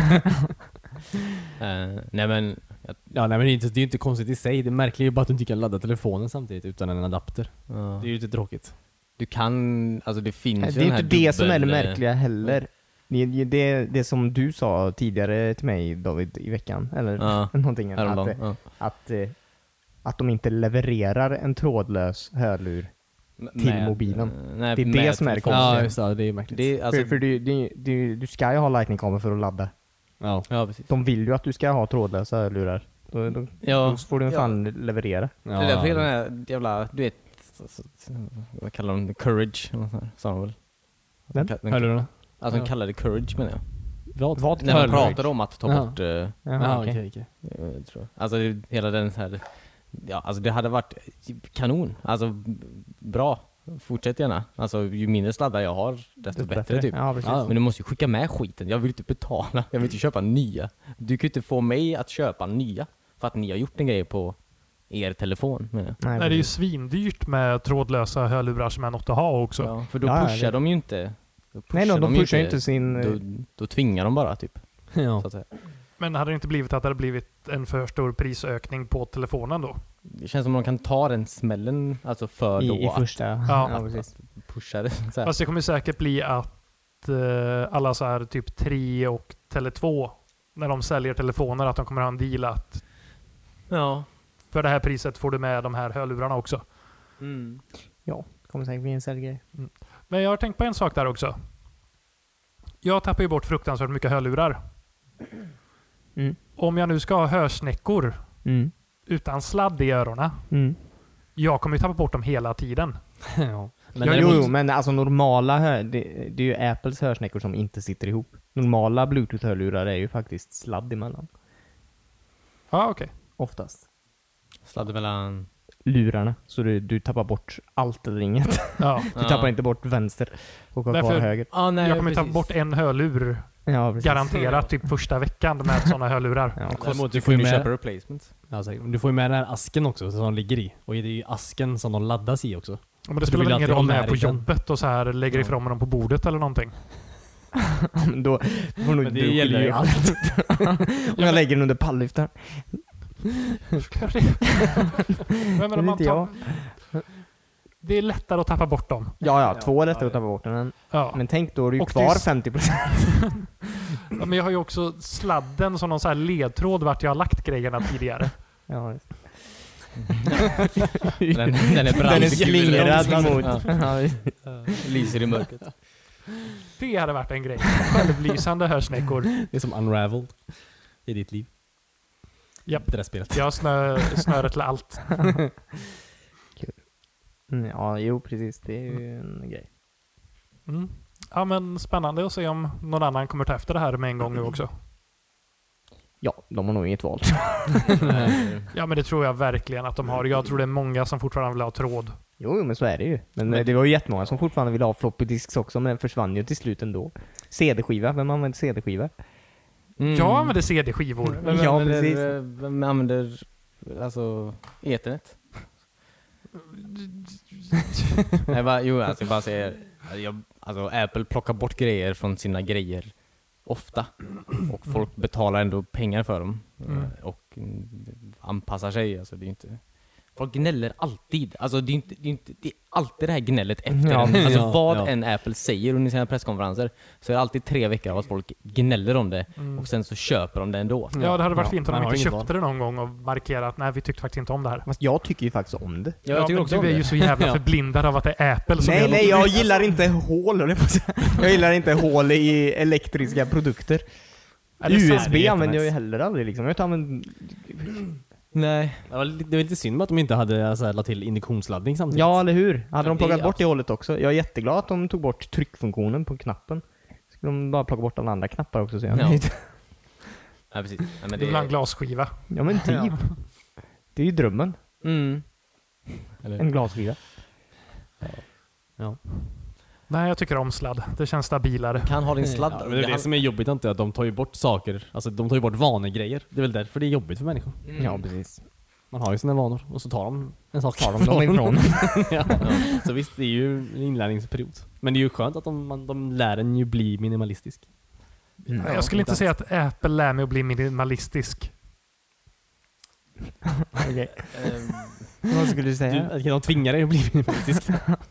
Nej men... Ja, nej, men det är ju inte konstigt i sig. Det märkliga är ju bara att du inte kan ladda telefonen samtidigt utan en adapter. Ja. Det är ju lite tråkigt. Du kan... Alltså det finns Det ju är den här inte det som är det dubbel- märkliga heller. Det som du sa tidigare till mig, David, i veckan. Eller Ja. någonting. Häromdagen. Ja. Att de inte levererar en trådlös hörlur. Till mobilen. Nej, Det är med det som är det telefonen. konstiga. Ja, just det. Det är märkligt. Det är, alltså, För du ska ju ha lightning-kabel för att ladda. Ja. ja, precis. De vill ju att du ska ha trådlösa hörlurar. Då Ja, får du fan leverera. det är därför hela den här jävla, du vet, vad kallar de det? Courage, eller något sånt här, sa de väl? Den? Hörlurarna? Alltså de Ja. kallade det courage, menar jag. Vad När man Courage? pratade om att ta Jaha. bort, Jaha, Ja, okej. okej. tror jag. Alltså hela den här, ja, alltså det hade varit kanon. Alltså bra. Fortsätt gärna. Alltså ju mindre sladdar jag har, desto bättre typ. Ja, precis. Ja. Men du måste ju skicka med skiten. Jag vill inte betala. Jag vill inte köpa nya. Du kan ju inte få mig att köpa nya för att ni har gjort en grej på er telefon. Men, Nej, det är ju svindyrt med trådlösa hörlurar som är något att ha också. ja, för då Ja, pushar det- de ju inte. Då Nej, de ju pushar ju inte sin... Då tvingar de bara typ. Ja. Så att säga. Men hade det inte blivit att det hade blivit en för stor prisökning på telefonen då? Det känns som de kan ta den smällen alltså för då I att första. Ja. Ja, precis. pusha det. Så här. Fast det kommer säkert bli att alla så här typ 3 och Tele2 när de säljer telefoner att de kommer ha en deal att Ja. för det här priset får du med de här hörlurarna också. Mm. Ja, kommer säkert bli en säljgrej. Men jag har tänkt på en sak där också. Jag tappar ju bort fruktansvärt mycket hörlurar. Mm. Om jag nu ska ha hörsnäckor Mm. utan sladd i öronen. Mm. Jag kommer ju tappa bort dem hela tiden. Ja. Men jo, men alltså normala det är ju Apples hörsnäckor som inte sitter ihop. Normala Bluetooth-hörlurar är ju faktiskt sladd emellan. Ja, okej. Oftast. Sladd mellan... Lurarna. Så du tappar bort allt eller inget. Ja. Du tappar inte bort vänster och har Därför- kvar höger. Ah, nej, Jag kommer tappa bort en hörlur Ja, precis. garanterat typ första veckan med sådana hörlurar. Ja. Däremot, Du du får ju köpa med, replacements. alltså, du får ju med den här asken också som de ligger i. Och det är ju asken som de laddas i också. Ja, men det Så du spelar vill väl ingen alltid roll ha när jag är på närheten. jobbet och så här lägger ifrån mig dem på bordet eller någonting. Då får nog Men det du gäller ju skylla allt. Om jag lägger den under palllyftaren. Men om man tar... Det är lättare att tappa bort dem. Ja, 2 är lättare att ta bort den. Ja. Men tänk då, är du Och kvar det är 50%. Ja, men jag har ju också sladden som någon så här ledtråd vart jag har lagt grejerna tidigare. Ja, Den är den är brandgul. slingrad mot. Ja. Ja. Lyser i mörkret. Det hade varit en grej. Självlysande hörsnäckor. Det är som Unraveled i ditt liv. Japp. Det där spelet. Jag har snöret till allt. Ja, jo precis. Det är ju en grej. Mm. Ja, men spännande att se om någon annan kommer ta efter det här med en gång nu också. Ja, de har nog inget val. Ja, men det tror jag verkligen att de har. Jag tror det är många som fortfarande vill ha tråd. Jo, men så är det ju. Men det var ju jättemånga som fortfarande ville ha floppy disks också, men den försvann ju till slut ändå. CD-skiva, vem använder CD-skiva? Jag använder CD-skivor. Vem Ja, använder, precis. Vem använder alltså Ethernet? Nej, alltså jag bara säger alltså Apple plockar bort grejer från sina grejer ofta och folk betalar ändå pengar för dem och anpassar sig, alltså det är inte folk gnäller alltid. Alltså det är alltid det här gnället efter alltså vad en Apple säger under sina presskonferenser, så är det alltid 3 veckor av att folk gnäller om det och sen så köper de det ändå. Ja, det hade varit fint om de inte köpte det någon gång och markerat att nej, vi tyckte faktiskt inte om det här. Fast jag tycker ju faktiskt om det. Jag tycker också du om är det. ju så jävla förblindad av att det är Apple som gör Nej, jag gillar inte hål. Jag gillar inte hål i elektriska produkter. USB använder jag ju heller aldrig liksom. Jag tar Nej. Det var lite synd att de inte hade lagt till induktionsladdning samtidigt. Ja, eller hur? Hade de plockat bort det hållet också? Jag är jätteglad att de tog bort tryckfunktionen på knappen. Skulle de bara plocka bort alla andra knappar också, så jag ja, precis. Ja, men det vill ha en glasskiva. Ja, men typ. Det är ju drömmen. Eller? En glasskiva. Ja. Nej, jag tycker om sladd. Det känns stabilare. Kan ha din sladd. Ja, men det är det som är jobbigt, inte att de tar ju bort saker. Alltså de tar ju bort vanegrejer. Det är väl därför det är jobbigt för människor. Ja, precis. Man har ju sina vanor och så tar de en sak. Tar de dem ifrån. Ja. Så visst, det är ju en inlärningsperiod. Men det är ju skönt att de lär en ju bli minimalistisk. Jag skulle inte säga att Apple lär mig att bli minimalistisk. Okej. Vad skulle du säga? De tvingar dig att bli minimalistisk.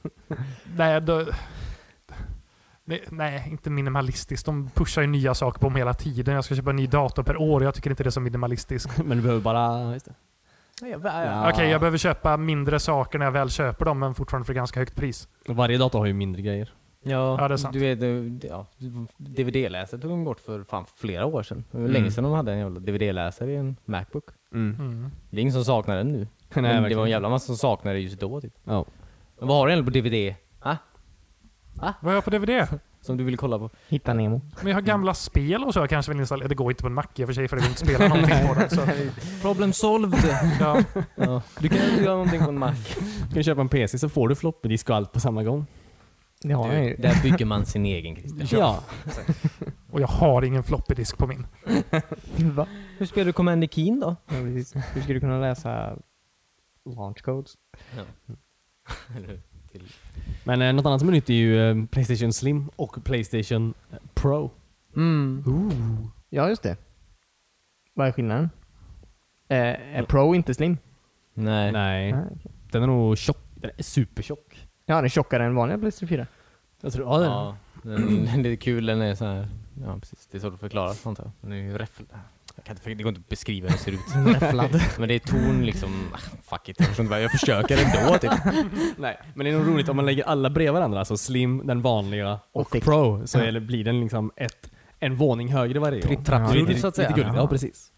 Nej, inte minimalistiskt. De pushar ju nya saker på mig hela tiden. Jag ska köpa en ny dator per år. Jag tycker inte det är så minimalistiskt. Men du behöver bara... Just det. Okej, jag behöver köpa mindre saker när jag väl köper dem, men fortfarande för ganska högt pris. Varje dator har ju mindre grejer. Ja, det är sant. Du vet, DVD-läsare tog de bort för flera år sedan. Det var länge sedan de hade en jävla DVD-läsare i en MacBook. Det är ingen som saknar den nu. Men det var en jävla massa som saknar det just då typ. Ja. Men vad har du egentligen på DVD? Vad har jag på DVD? Som du vill kolla på? Hitta Nemo. Men jag har gamla spel och så jag kanske vill installera. Det går inte på en Mac i och för sig, för det vill inte spela någonting på den. Så. Problem solved! Ja. Du kan göra någonting på en Mac. Du kan köpa en PC så får du floppedisk och allt på samma gång. Ja, Där bygger man sin egen, Christian. Ja. Och jag har ingen floppydisk på min. Va? Hur spelar du Commander Keen då? Ja, precis. Hur ska du kunna läsa launch codes? Ja. Men något annat som är nytt är ju PlayStation Slim och PlayStation Pro. Ja, just det. Vad är skillnaden? Är Pro inte slim? Nej. Nej. Okay. Den är nog tjock. Den är supertjock. Ja, den är tjockare än vanliga PlayStation 4. Jag tror, ja, Ja, det är kul, den är så här. Ja, precis. Det är svårt att förklara sånt här. Den är ju det går inte att beskriva hur det ser ut. Räfflad. Men det är ton liksom, fuck it, jag försöker ändå typ. Nej, men det är nog roligt om man lägger alla bredvid varandra, alltså Slim, den vanliga och thick. Pro, så blir den liksom en våning högre varje gång. Trappsteg, så att säga. Lite gulligt, ja precis.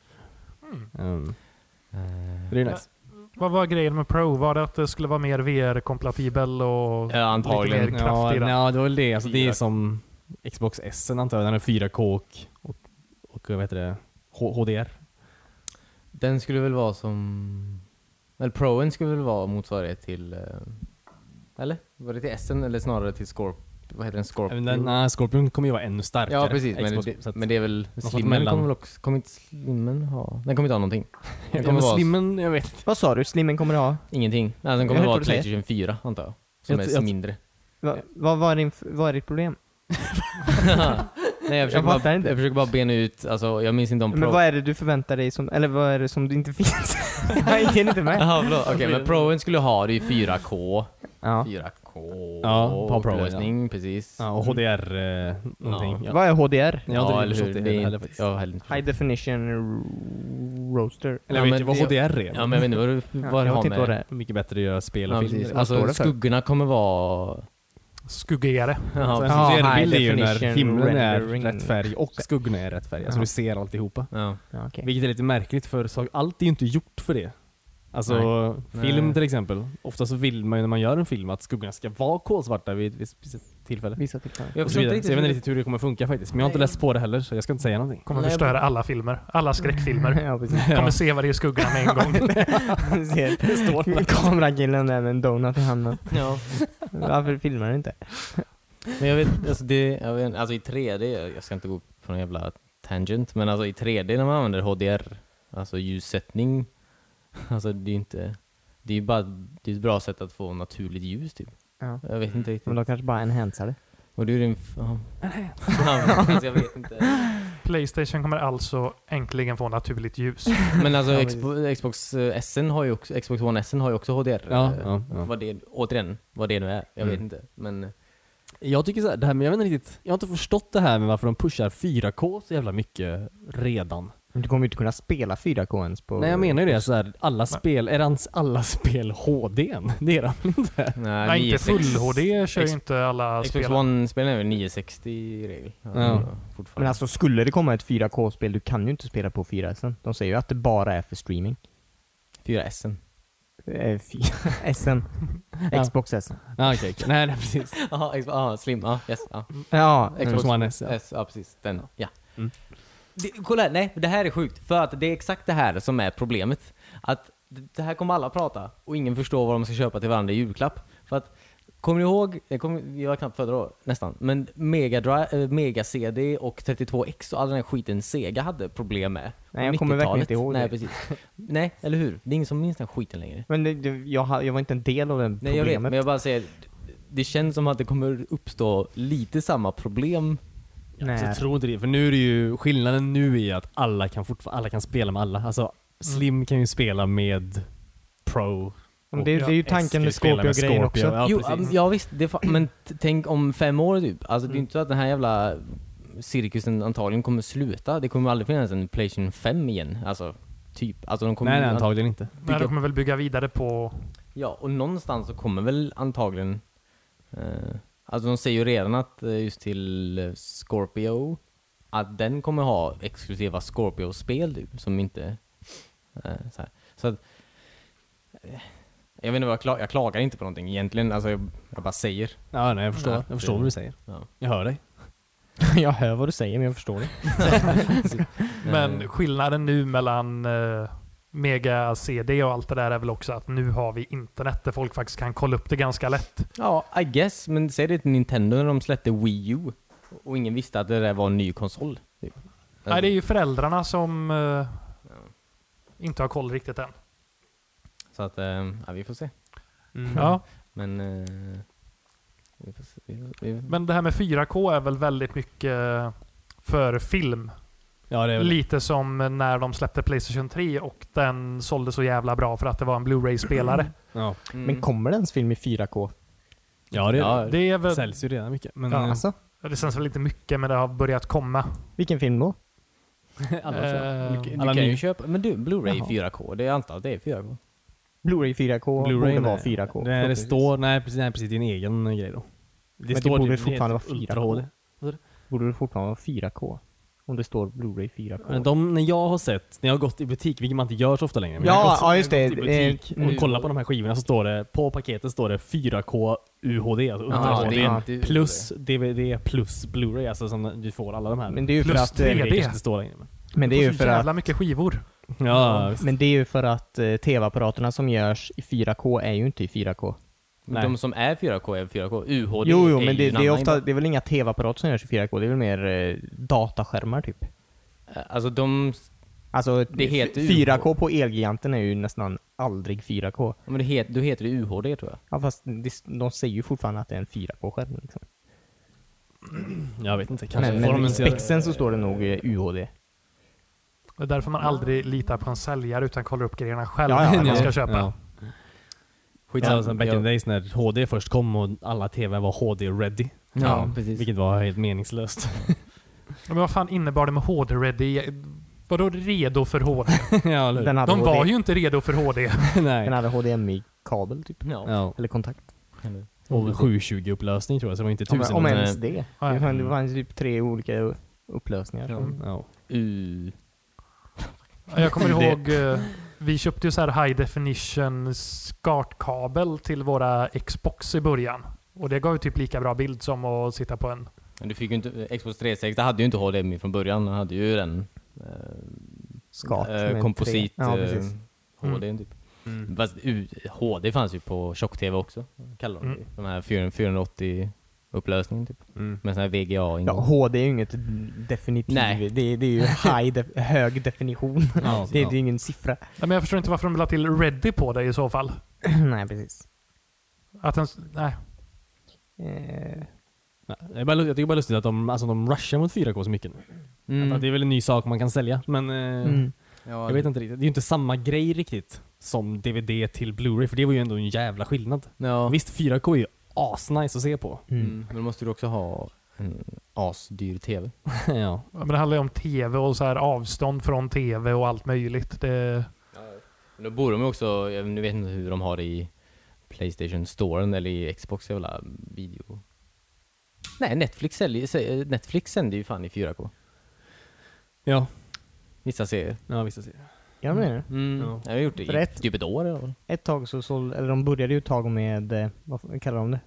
Det är nice. Vad var grejen med Pro? Var det att det skulle vara mer VR-kompatibel och antagligen. lite mer kraft i den? Ja, det var väl det. Alltså, det är som Xbox S antar jag. Den är 4K och vad heter det? HDR. Den skulle väl vara som... Eller Proen skulle väl vara motsvarighet till... Eller? Var det till S'en eller snarare till Scorpio? Vad heter den? Scorpio? Scorpion kommer ju vara ännu starkare. Ja, precis. Xbox, men det är väl... Slimmen kommer väl också... Kommer inte Slimmen ha... Den kommer inte ha någonting. Den kommer Slimmen, jag vet. Vad sa du? Slimmen kommer ha? Ingenting. Nej, den kommer vara PlayStation 4, antar jag. Som är mindre. Vad är ditt problem? Nej, jag försöker bara bena ut, alltså jag minns inte om Pro. Men vad är det du förväntar dig som, eller vad är det som du inte finns? Jag känner inte med. Jaha, förlåt. Okej, men Proen skulle ha det i 4K. Ja. 4K. Ja, på Pro, upplösning, precis. Ja, och HDR någonting. Ja. Vad är HDR? Ja, eller hur? Det är faktiskt. High Definition Roaster. Eller jag vet inte vad HDR är. Ja, men jag vet inte vad det har med. Det. Mycket bättre att göra spel och film. Alltså skuggorna kommer vara... skuggigare. Ja, bild är ju när himlen är rätt färg och skuggorna är rätt färg. Alltså du ser alltihopa. Ja. Okay. Vilket är lite märkligt för allt är ju inte gjort för det. Alltså film till exempel. Ofta så vill man ju när man gör en film att skuggorna ska vara kolsvarta vid vissa tillfällen. Jag vet inte riktigt hur det kommer funka faktiskt. Men jag har inte läst på det heller så jag ska inte säga någonting. Kommer förstöra alla filmer. Alla skräckfilmer. Ja, precis. Kommer se vad det är i skuggorna med en gång. Det står kamerakillen där med en donut i handen. Ja. Varför filmar du inte? Men jag vet, alltså i 3D, jag ska inte gå på någon jävla tangent, men alltså i 3D när man använder HDR, alltså ljussättning, alltså det är inte, det är ju bara, det är ett bra sätt att få naturligt ljus typ. Ja. Jag vet inte riktigt. Men då kanske bara enhancear det. Och det är ju alltså, jag vet inte. PlayStation kommer alltså äntligen få naturligt ljus. Men alltså Xbox SN har ju också, Xbox One SN har ju också HDR. Ja. Vad det, återigen, vad det nu är. Jag vet inte. Men Jag tycker så här, det här, men jag vet inte riktigt, jag har inte förstått det här med varför de pushar 4K så jävla mycket redan. Men du kommer ju inte kunna spela 4K ens på... Nej, jag menar ju det så här, alla spel, är alla spel HD:n? Det är de inte. Nej, inte full HD kör ju inte alla Xbox spel. One-spelen är ju 960 i regel. Ja. Fortfarande. Men alltså skulle det komma ett 4K-spel, du kan ju inte spela på 4S. De säger ju att det bara är för streaming. 4SN. SN. Xbox S. Ja, okej. Nej, precis. Ja, Slim. Ja, yes. Ja. Ja, Xbox One S, ja. S, ja, precis. Den, ja. Mm. Kolla här, nej, det här är sjukt. För att det är exakt det här som är problemet. Att det här kommer alla prata och ingen förstår vad de ska köpa till varandra i julklapp. För att, kommer ni ihåg, vi var knappt födda då, nästan, men Mega CD och 32X och all den här skiten Sega hade problem med. Nej, jag kommer verkligen inte ihåg Nej, det. precis. Nej, eller hur? Det är ingen som minns den skiten längre. Men jag var inte en del av den Nej, jag vet, problemet. men jag bara säger, det känns som att det kommer uppstå lite samma problem. Nej. Så jag tror inte det, för nu är det ju, skillnaden nu är att alla kan spela med alla. Alltså, Slim kan ju spela med Pro. Men det är ju tanken med Scorpio-grejen också. Ja, Jo, precis. ja visst, men tänk om 5 år typ. Alltså det är ju inte så att den här jävla cirkusen antagligen kommer sluta. Det kommer aldrig finnas en PlayStation 5 igen. Alltså, typ. Alltså de kommer Nej, antagligen inte. Nej, de kommer väl bygga vidare på... Ja, och någonstans så kommer väl antagligen... alltså de säger ju redan att just till Scorpio att den kommer ha exklusiva Scorpio-spel typ, som inte... så här. Så att... jag vet inte vad jag klagar inte på någonting egentligen. Alltså jag bara säger. Ja, nej, jag förstår. Ja, Jag förstår vad du säger. Ja. Jag hör dig. Jag hör vad du säger, men jag förstår det. Men skillnaden nu mellan Mega CD och allt det där är väl också att nu har vi internet där folk faktiskt kan kolla upp det ganska lätt. Ja, I guess. Men säg det till Nintendo när de släppte Wii U och ingen visste att det där var en ny konsol. Typ. Nej, det är ju föräldrarna som inte har koll riktigt än. Så att, ja, vi får se. Ja. Men vi får se. Men det här med 4K är väl väldigt mycket för film. Ja, det är väl Lite som när de släppte PlayStation 3 och den sålde så jävla bra för att det var en Blu-ray-spelare. Ja. Men kommer det ens film i 4K? Ja, Det är väl... säljs ju redan mycket. Men Ja, Alltså? Det känns väl inte mycket, men det har börjat komma. Vilken film då? alla Du alla kan ju ny- köpa, men du, Blu-ray Jaha. 4K, det är antar att det är 4K. Blu-ray 4K borde vara 4K. Det står, nej precis, det är en egen grej då. Men det borde fortfarande vara 4K. Ultra HD. Borde det fortfarande vara 4K? Om det står Blu-ray 4K. Men när jag har sett, när jag har gått i butik, vilket man inte gör så ofta längre. Men Ja, jag har gått, ja, just jag har det. gått i butik Mm. och kollat på de här skivorna så står det, på paketet står det 4K UHD, alltså Ultra Ja, HD. det är inte Plus DVD plus Blu-ray, alltså som du får alla de här. Men det är ju för Plus att... 3D. det kanske inte står längre. Men det är ju så för jävla att... mycket skivor. Ja, Men det är ju för att TV-apparaterna som görs i 4K är ju inte i 4K. Men de som är 4K är 4K. UHD Jo, men ju det en är annan ofta, grej. det är väl inga TV-apparater som görs i 4K, det är väl mer dataskärmar typ. Alltså de... Alltså, Det heter 4K på Elgiganten är ju nästan aldrig 4K. Ja, men då heter det UHD tror jag. Ja, fast de säger ju fortfarande att det är en 4K-skärm liksom. jag vet inte, kanske. Men i spexen så står det nog UHD. Det är därför man aldrig litar på en säljare utan kollar upp grejerna själv Ja, när man ska ja. köpa. Ja. Skitsamma. Sen back in the days när HD först kom och alla TV var HD-ready. Ja, precis. Vilket var helt meningslöst. Men vad fan innebar det med HD-ready? Vadå redo för HD? ja, eller hur? Den hade De HD, var ju inte redo för HD. Nej. den hade HDMI-kabel typ. Ja. Ja. Eller kontakt. Och 720-upplösning tror jag, så det var inte 1000. Om men- ens det. Nej. Det fanns typ 3 olika upplösningar. Ja. Jag kommer ihåg, vi köpte ju så här high definition SCART-kabel till våra Xbox i början. Och det gav ju typ lika bra bild som att sitta på en... Men du fick ju inte... Xbox 360 hade ju inte HDMI från början. Den hade ju den... Skat med komposit 3. Ja, precis. HD typ. Fast HD fanns ju på tjock-tv också. Kallar de det. De här 480 upplösningen typ. Med sån här VGA. Ja, HD är ju inget definitiv. Nej. Det är ju hög definition. Ja, det är ju ingen siffra. Nej, men jag förstår inte varför de vill ha till ready på det i så fall. Nej, precis. Att den... Nej. Ja, jag tycker bara det är lustigt att de rushar mot 4K så mycket nu. Att det är väl en ny sak man kan sälja, men jag vet inte riktigt. Det är ju inte samma grej riktigt som DVD till Blu-ray, för det var ju ändå en jävla skillnad. Ja. Visst, 4K är ju asnice att se på. Men då måste du också ha en asdyr TV. Ja. Men det handlar ju om TV och så här avstånd från TV och allt möjligt. Men då borde de ju också, jag vet inte hur de har det i PlayStation Storen eller i Xbox jävla video. Nej, Netflix sänder ju fan i 4K. Ja. Vissa serier. Ja, visst ser. Jag menar Ja. Jag har gjort det i typ ett år eller? ett tag så sålde, eller de började ju ett tag med, vad kallar de det?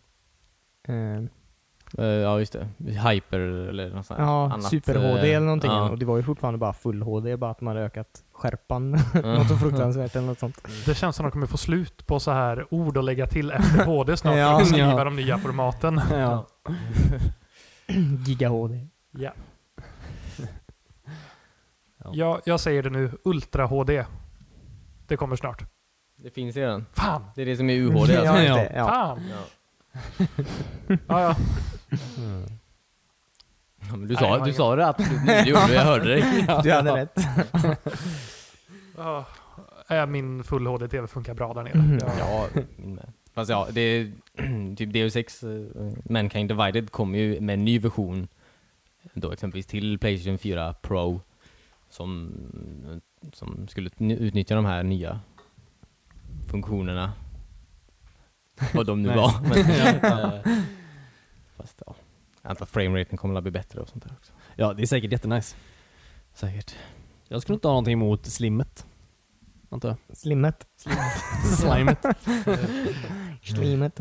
Ja, just det. Hyper eller något sånt. Ja, annat, Super HD eller någonting. ja. Och det var ju fortfarande bara full HD, bara att man hade ökat skärpan. Något så fruktansvärt eller något sånt. Det känns som att de kommer få slut på så här ord och lägga till efter HD snart Ja. för att skriva Ja. de nya formaten. Ja. Giga HD. Ja. Ja. Jag säger det nu, Ultra HD. Det kommer snart. Det finns redan. Fan! Det är det som är UHD alltså. Ja, Ja. det, ja. Fan! Ja. Ja. Ja, men du sa det absolut nu, jag hörde dig. Du hade rätt. Min full HD-TV funkar bra där nere. Mhm. Ja, min med. Fast ja, det är typ Deus Ex Mankind Divided kommer ju med en ny version då exempelvis till PlayStation 4 Pro som skulle utnyttja de här nya funktionerna. Vad de nu var. Men, fast ja, jag antar att frameraten kommer att bli bättre och sånt där också. Ja, det är säkert jättenice. Säkert. Jag skulle inte ha någonting emot slimmet. Antar jag. Slimmet. Slimet. Slimmet.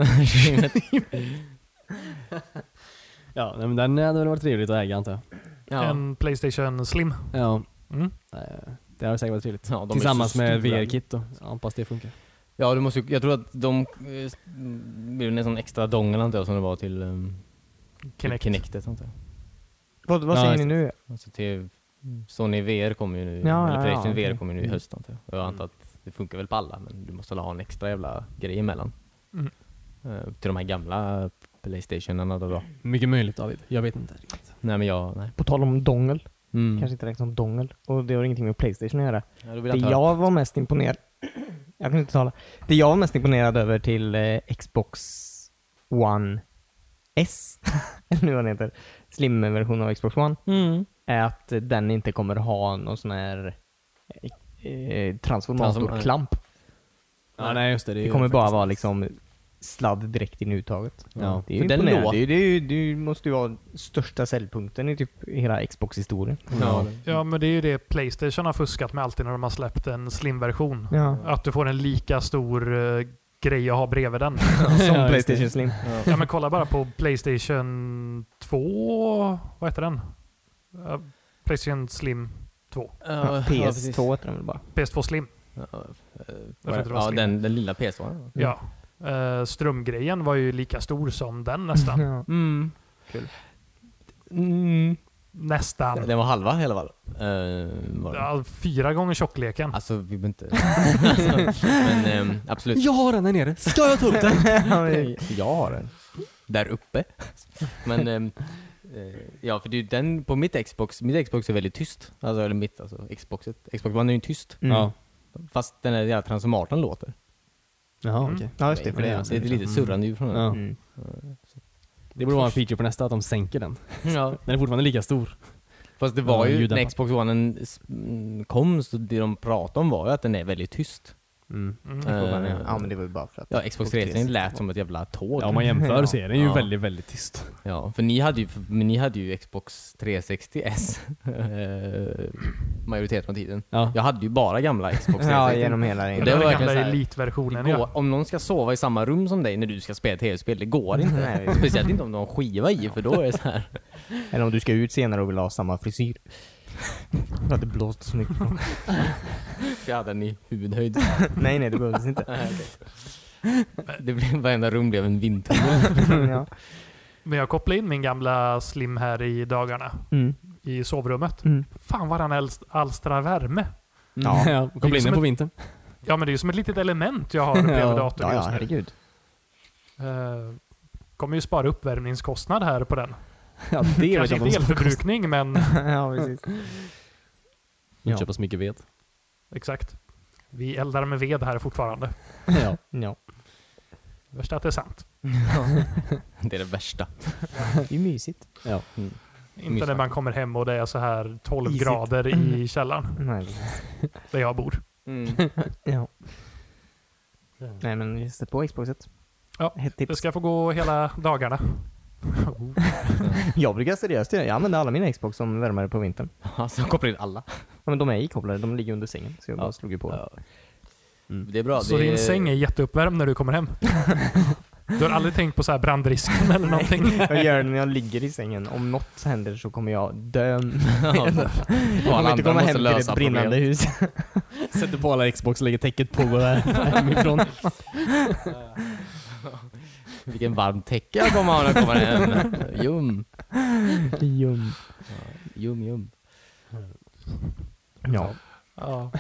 Ja, nej, men den hade väl varit trevligt att äga, antar jag. Ja. En PlayStation Slim. Ja, Mm. det hade säkert varit trevligt. Ja, de är Tillsammans så med stora. VR-kit då. Ja, hoppas det funkar. Ja, du måste, jag tror att de blir en sån extra dongel antar jag som det var till Kinectet antar jag. Vad Ja, säger just ni nu? Alltså till Sony VR kommer ju nu, Ja, eller ja, PlayStation okej. VR kommer ju nu i höst antar jag. Och jag antar att det funkar väl på alla, men du måste ha en extra jävla grej emellan. Mm. Till de här gamla PlayStationerna då. Mycket möjligt, David. Jag vet inte riktigt. Nej men nej. På tal om dongel. Mm. Kanske inte räknas som dongel. Och det har ingenting med PlayStation att göra. Ja, då vill Det jag jag var mest imponerad... Jag kan inte tala. Det jag var mest imponerad över till Xbox One S, eller nu vad den heter, slim-version av Xbox One, är att den inte kommer ha någon sån här transformatorklamp. Ja, nej just det. Det kommer bara vara liksom sladd direkt in i uttaget. Ja. Det är ju För den imponerande. Det måste ju vara största säljpunkten i typ hela Xbox-historien. Ja. Ja, men det är ju det PlayStation har fuskat med alltid när de har släppt en Slim-version. Ja. Att du får en lika stor grej att ha bredvid den. Som Ja, just PlayStation Slim. Ja, men kolla bara på PlayStation 2. Vad heter den? PlayStation Slim 2. PS2 heter den väl bara. PS2 Slim. Ja, Jag tror inte det var Slim. den lilla PS2. Ja. Strömgrejen var ju lika stor som den nästan. Ja. Mm. Kul. Nästan. Den var halva i alla fall. Var det. Ja, 4 gånger tjockleken. Alltså vi behöver inte... alltså, men absolut. Jag har den här nere. Ska jag ta upp den? Jag har den. Där uppe. Men ja, för det är ju den på mitt Xbox är väldigt tyst. Alltså eller Xbox One är ju tyst. Ja. Fast den där jävla transformatorn låter. Jaha, Mm. okej. Ja, just det. För Det det är lite surrande ljud från den. Ja. Mm. Det borde vara en feature på nästa, att de sänker den. Ja. Den är fortfarande lika stor. Fast det var Ja, ju, ljudämpa. när Xbox One kom så det de pratade om var ju att den är väldigt tyst. Mm. Ja, men det var ju bara för att... Ja, Xbox 360 lät som ett jävla tåg. Ja, om man jämför så är den ju Ja. väldigt, väldigt tyst. Ja, för ni hade ju Xbox 360S majoriteten av tiden. Ja. Jag hade ju bara gamla Xbox 360. Ja, genom hela Det Det var var den verkligen gamla så här- elitversionen. Det går, Ja. om någon ska sova i samma rum som dig när du ska spela tv-spel, det går inte. Nej. Speciellt inte om du har en skiva i, för då är det så här. Eller om du ska ut senare och vill ha samma frisyr. För att det blåste så mycket. Jag hade den i huvudhöjd. Nej, det behövdes inte. Det blev, varenda rum blev en vindtunnel. Ja. Men jag kopplade in min gamla Slim här i dagarna. Mm. I sovrummet. Mm. Fan vad han alstrar värme. Ja. Ja, koppla in den på vintern. Ja, men det är ju som ett litet element jag har bredvid Ja, datorn ja, just nu. herregud. kommer ju spara uppvärmningskostnad här på den. Ja, det Kanske inte elförbrukning, men Ja, precis. Inte köpa så mycket ved. exakt. Vi eldar med ved här fortfarande. Ja. Ja. Värst att det är sant. Det är det värsta. Det är mysigt. Ja. Inte när man kommer hem och det är så här 12 Isigt. grader i källaren Nej, precis. där jag bor. Ja. Nej, men sätt på Xboxet. Ja, Ett tips. Det ska få gå hela dagarna. Jag brukar seriöst göra. Jag använder alla mina Xbox som värmare på vintern. Alltså koppla in alla. Ja, men de är ikopplade. De ligger under sängen. Så jag bara slog ju på. Ja. Det är bra. Så det din är... säng är jätteuppvärmd när du kommer hem? Du har aldrig tänkt på så här brandrisken eller någonting? Jag gör det när jag ligger i sängen. Om något händer så kommer jag dö. Ja. Jag kommer inte komma hem till ett brinnande hus. Sätter på alla Xbox och lägger täcket på hemifrån. Vilken varm täcke jag kommer ha när jag kommer hem. Jum. Jum. Jum. Ja. Ja.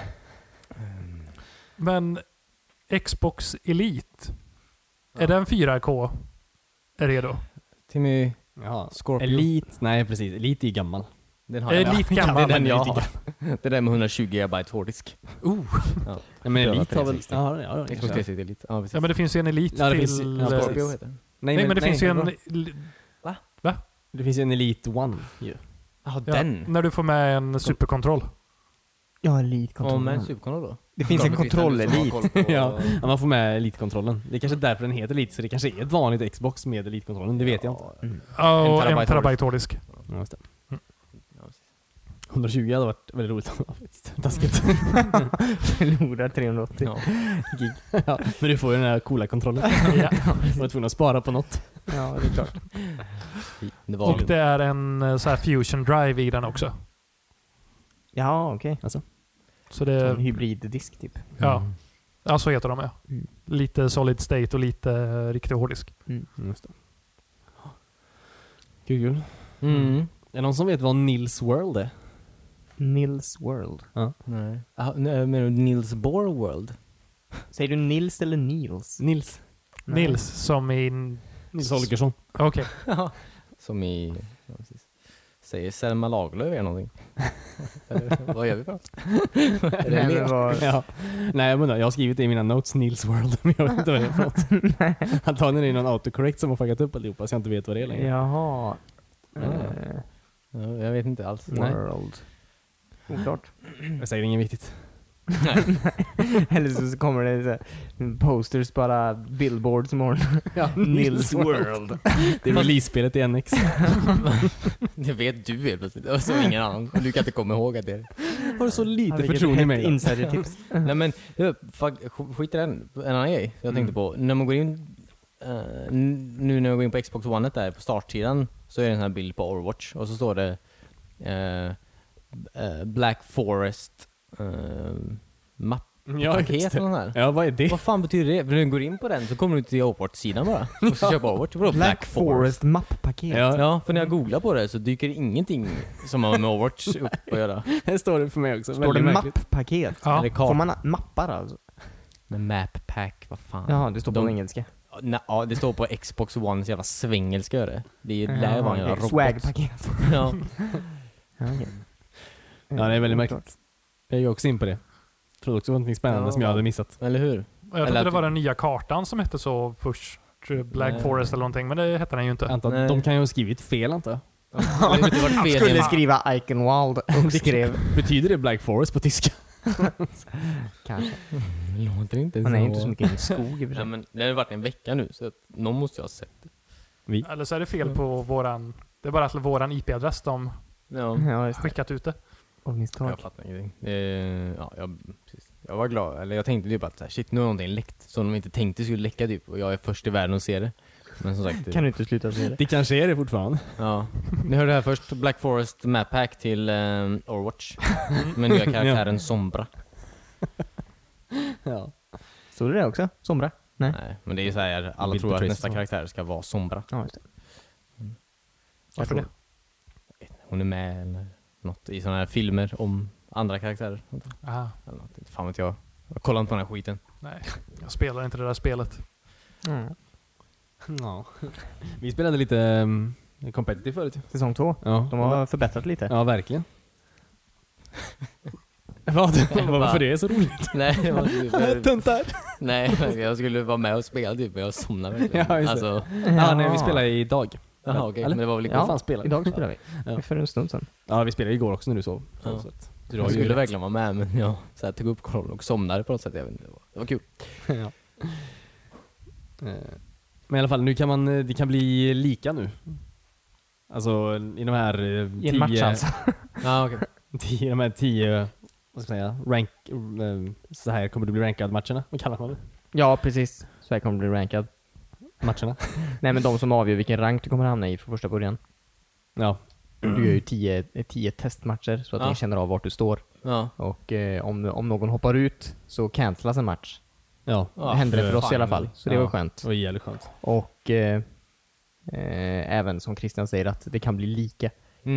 Men Xbox Elite, är den 4K redo? Timmy Ja. Scorpio. Elite, nej precis. Elite är ju gammal. Den har jag. Elite Det är gammal. den jag har. Det är den med 120 GB hårddisk. Ja, men Det var Elite har väl... 360. Ja, Xbox kanske. 360 Elite. Ja, precis. Ja, men det finns ju en Elite Ja, det till... finns- ja, Scorpio precis. heter den. Nej, men det finns ju en... Det finns ju en Elite One ju. Jaha, Ja, den. när du får med en superkontroll. Jag har Elite-kontroll. Om en superkontroll då? Det finns en kontroll-Elite. Ja, man får med Elite-kontrollen. Det är kanske därför den heter Elite, så det kanske är ett vanligt Xbox med Elite-kontrollen. Det vet jag inte. Ja, och En 1 terabyte hårddisk. Ja, just det. Ja, precis. 120 hade varit väldigt roligt. Taskigt. Förlorar 380 Ja. gig. Ja, men du får ju den här coola kontrollen. Ja. Du var tvungen att spara på något. Ja, det är klart. Det var Och det är en så här fusion drive i den också. Ja, okej. Så En det... hybriddisk typ. Ja. Ja, så heter de ja. Mm. Lite solid state och lite riktig hårddisk. Just det. Kul. Mm. Är det någon som vet vad Nils World är? Nils World. Nej. Jaha, men Niels Bohr World. Säger du Nils eller Nils? Nils. Nej. Nils som i... Nils Holgersson. Okej. Som i... Ja, precis. Säger Selma Lagerlöf eller någonting? Eller, vad gör vi för något? Är det Nej, mer? men vad... Ja. Nej, men jag har skrivit det i mina notes, Nils World, men jag vet inte vad det är för något. Antagligen är det någon autocorrect som har fuckat upp allihopa, så jag inte vet vad det är längre. Jaha. Ja, jag vet inte alls. World. Oklart. Jag säger inget viktigt. Eller så kommer det så här, posters, bara billboards imorgon. Ja, Nils World. Det är release-spelet i NX. Det vet du helt plötsligt. Och så ingen annan. Du kan inte komma ihåg att det är... Har du så lite Vilket förtroende i hett mig? insidertips. Nej men, skit i den. En annan grej jag tänkte på. När man går in... nu när jag går in på Xbox One där på startsidan så är det en sån här bild på Overwatch. Och så står det Black Forest mapp. Ja, Paket just eller det. nåt här. Ja, vad är det? Vad fan betyder det? För när du går in på den så kommer du till Overwatch-sidan bara. Och så köpa Overwatch. Vadå Black Forest mapp-paket. Ja, Ja, för när jag googlar på det så dyker ingenting som har med Overwatch upp att göra. det står det för mig också. Står det Väldigt märkligt. mapp-paket? Ja. Eller Får kart. man mappar alltså? Med map pack, vad fan. Ja, det står på De- engelska. Ja, det står på Xbox Ones jävla svengelska gör det. Det lär vara en jävla okej. robot. Swag-paket. Ja. Ja, okej. Ja, det är väldigt märkligt. Jag är också in på det. Jag trodde också det var något spännande Ja, som jag va. hade missat. Eller hur? Jag trodde Eller det att- var den nya kartan som hette så först. Black Nej. Forest eller någonting, men det hette den ju inte. Jag antar Nej. att de kan ju ha skrivit fel, antar jag. Jag vet inte vart fel Skulle är. skriva Iconwald och skrev Betyder det Black Forest på tyska? kanske. Låter inte Man är ju inte så mycket i en skog i och för Ja, sig. men det har varit en vecka nu så att någon måste jag ha sett det. Eller så är det fel på våran... Det är bara att våran IP-adress de Ja. Ja, just det. skickat ut det. Jag Misstag. fattar ingenting. Ja, jag var glad. Eller jag tänkte typ att så här, shit, nu har någonting läckt. Som de inte tänkte skulle läcka typ. Och jag är först i världen att se det. Men som sagt... Kan du inte sluta säga det? Det kanske är det fortfarande. Ja. Ni hörde det här först. Black Forest Map Pack till Overwatch. Med nya karaktären Sombra. Ja. Stod det där också? Sombra? Nej, men det är ju så här. Alla Vill tror att Patrice nästa så. karaktär ska vara Sombra. Ja, just det. Varför det? Hon är med eller något i såna här filmer om andra karaktärer. Aha. Eller något. Inte fan vet jag. Jag kollar inte på den här skiten. Nej, jag spelar inte det där spelet. Mm. Ja. Vi spelade lite competitive förut. Säsong 2. Ja. De har förbättrat lite. Ja, verkligen. Varför det är så roligt? Nej, det var typ, Tuntar! nej, jag skulle vara med och spela typ, men jag somnade verkligen. Ja, just det. Nej, vi spelar idag. Jaha, okej, Eller? men det var väl Ja, fan spelar vi? idag spelar vi. Ja. För en stund sedan. Ja, vi spelade igår också när du sov. Ja. Så att, Jag skulle verkligen vara med, men jag så här, tog upp kollen och somnade på något sätt. Jag vet inte, det var kul. ja. Men i alla fall, nu kan man, det kan bli lika nu. Alltså i de här I en match alltså. Ja, okej. de här 10, vad ska jag säga, så här kommer det bli rankad matcherna. Vad kallar man det? Ja, precis. Så här kommer det bli rankad. Matcherna? Nej, men de som avgör vilken rank du kommer hamna i från första början. Ja. Du gör ju 10 testmatcher så att Ja. de känner av vart du står. Ja. Och om någon hoppar ut så cancelas en match. Ja. Det hände det för oss i alla fall. Så det Ja. var skönt. Det var jävligt skönt. Och även som Christian säger att det kan bli lika.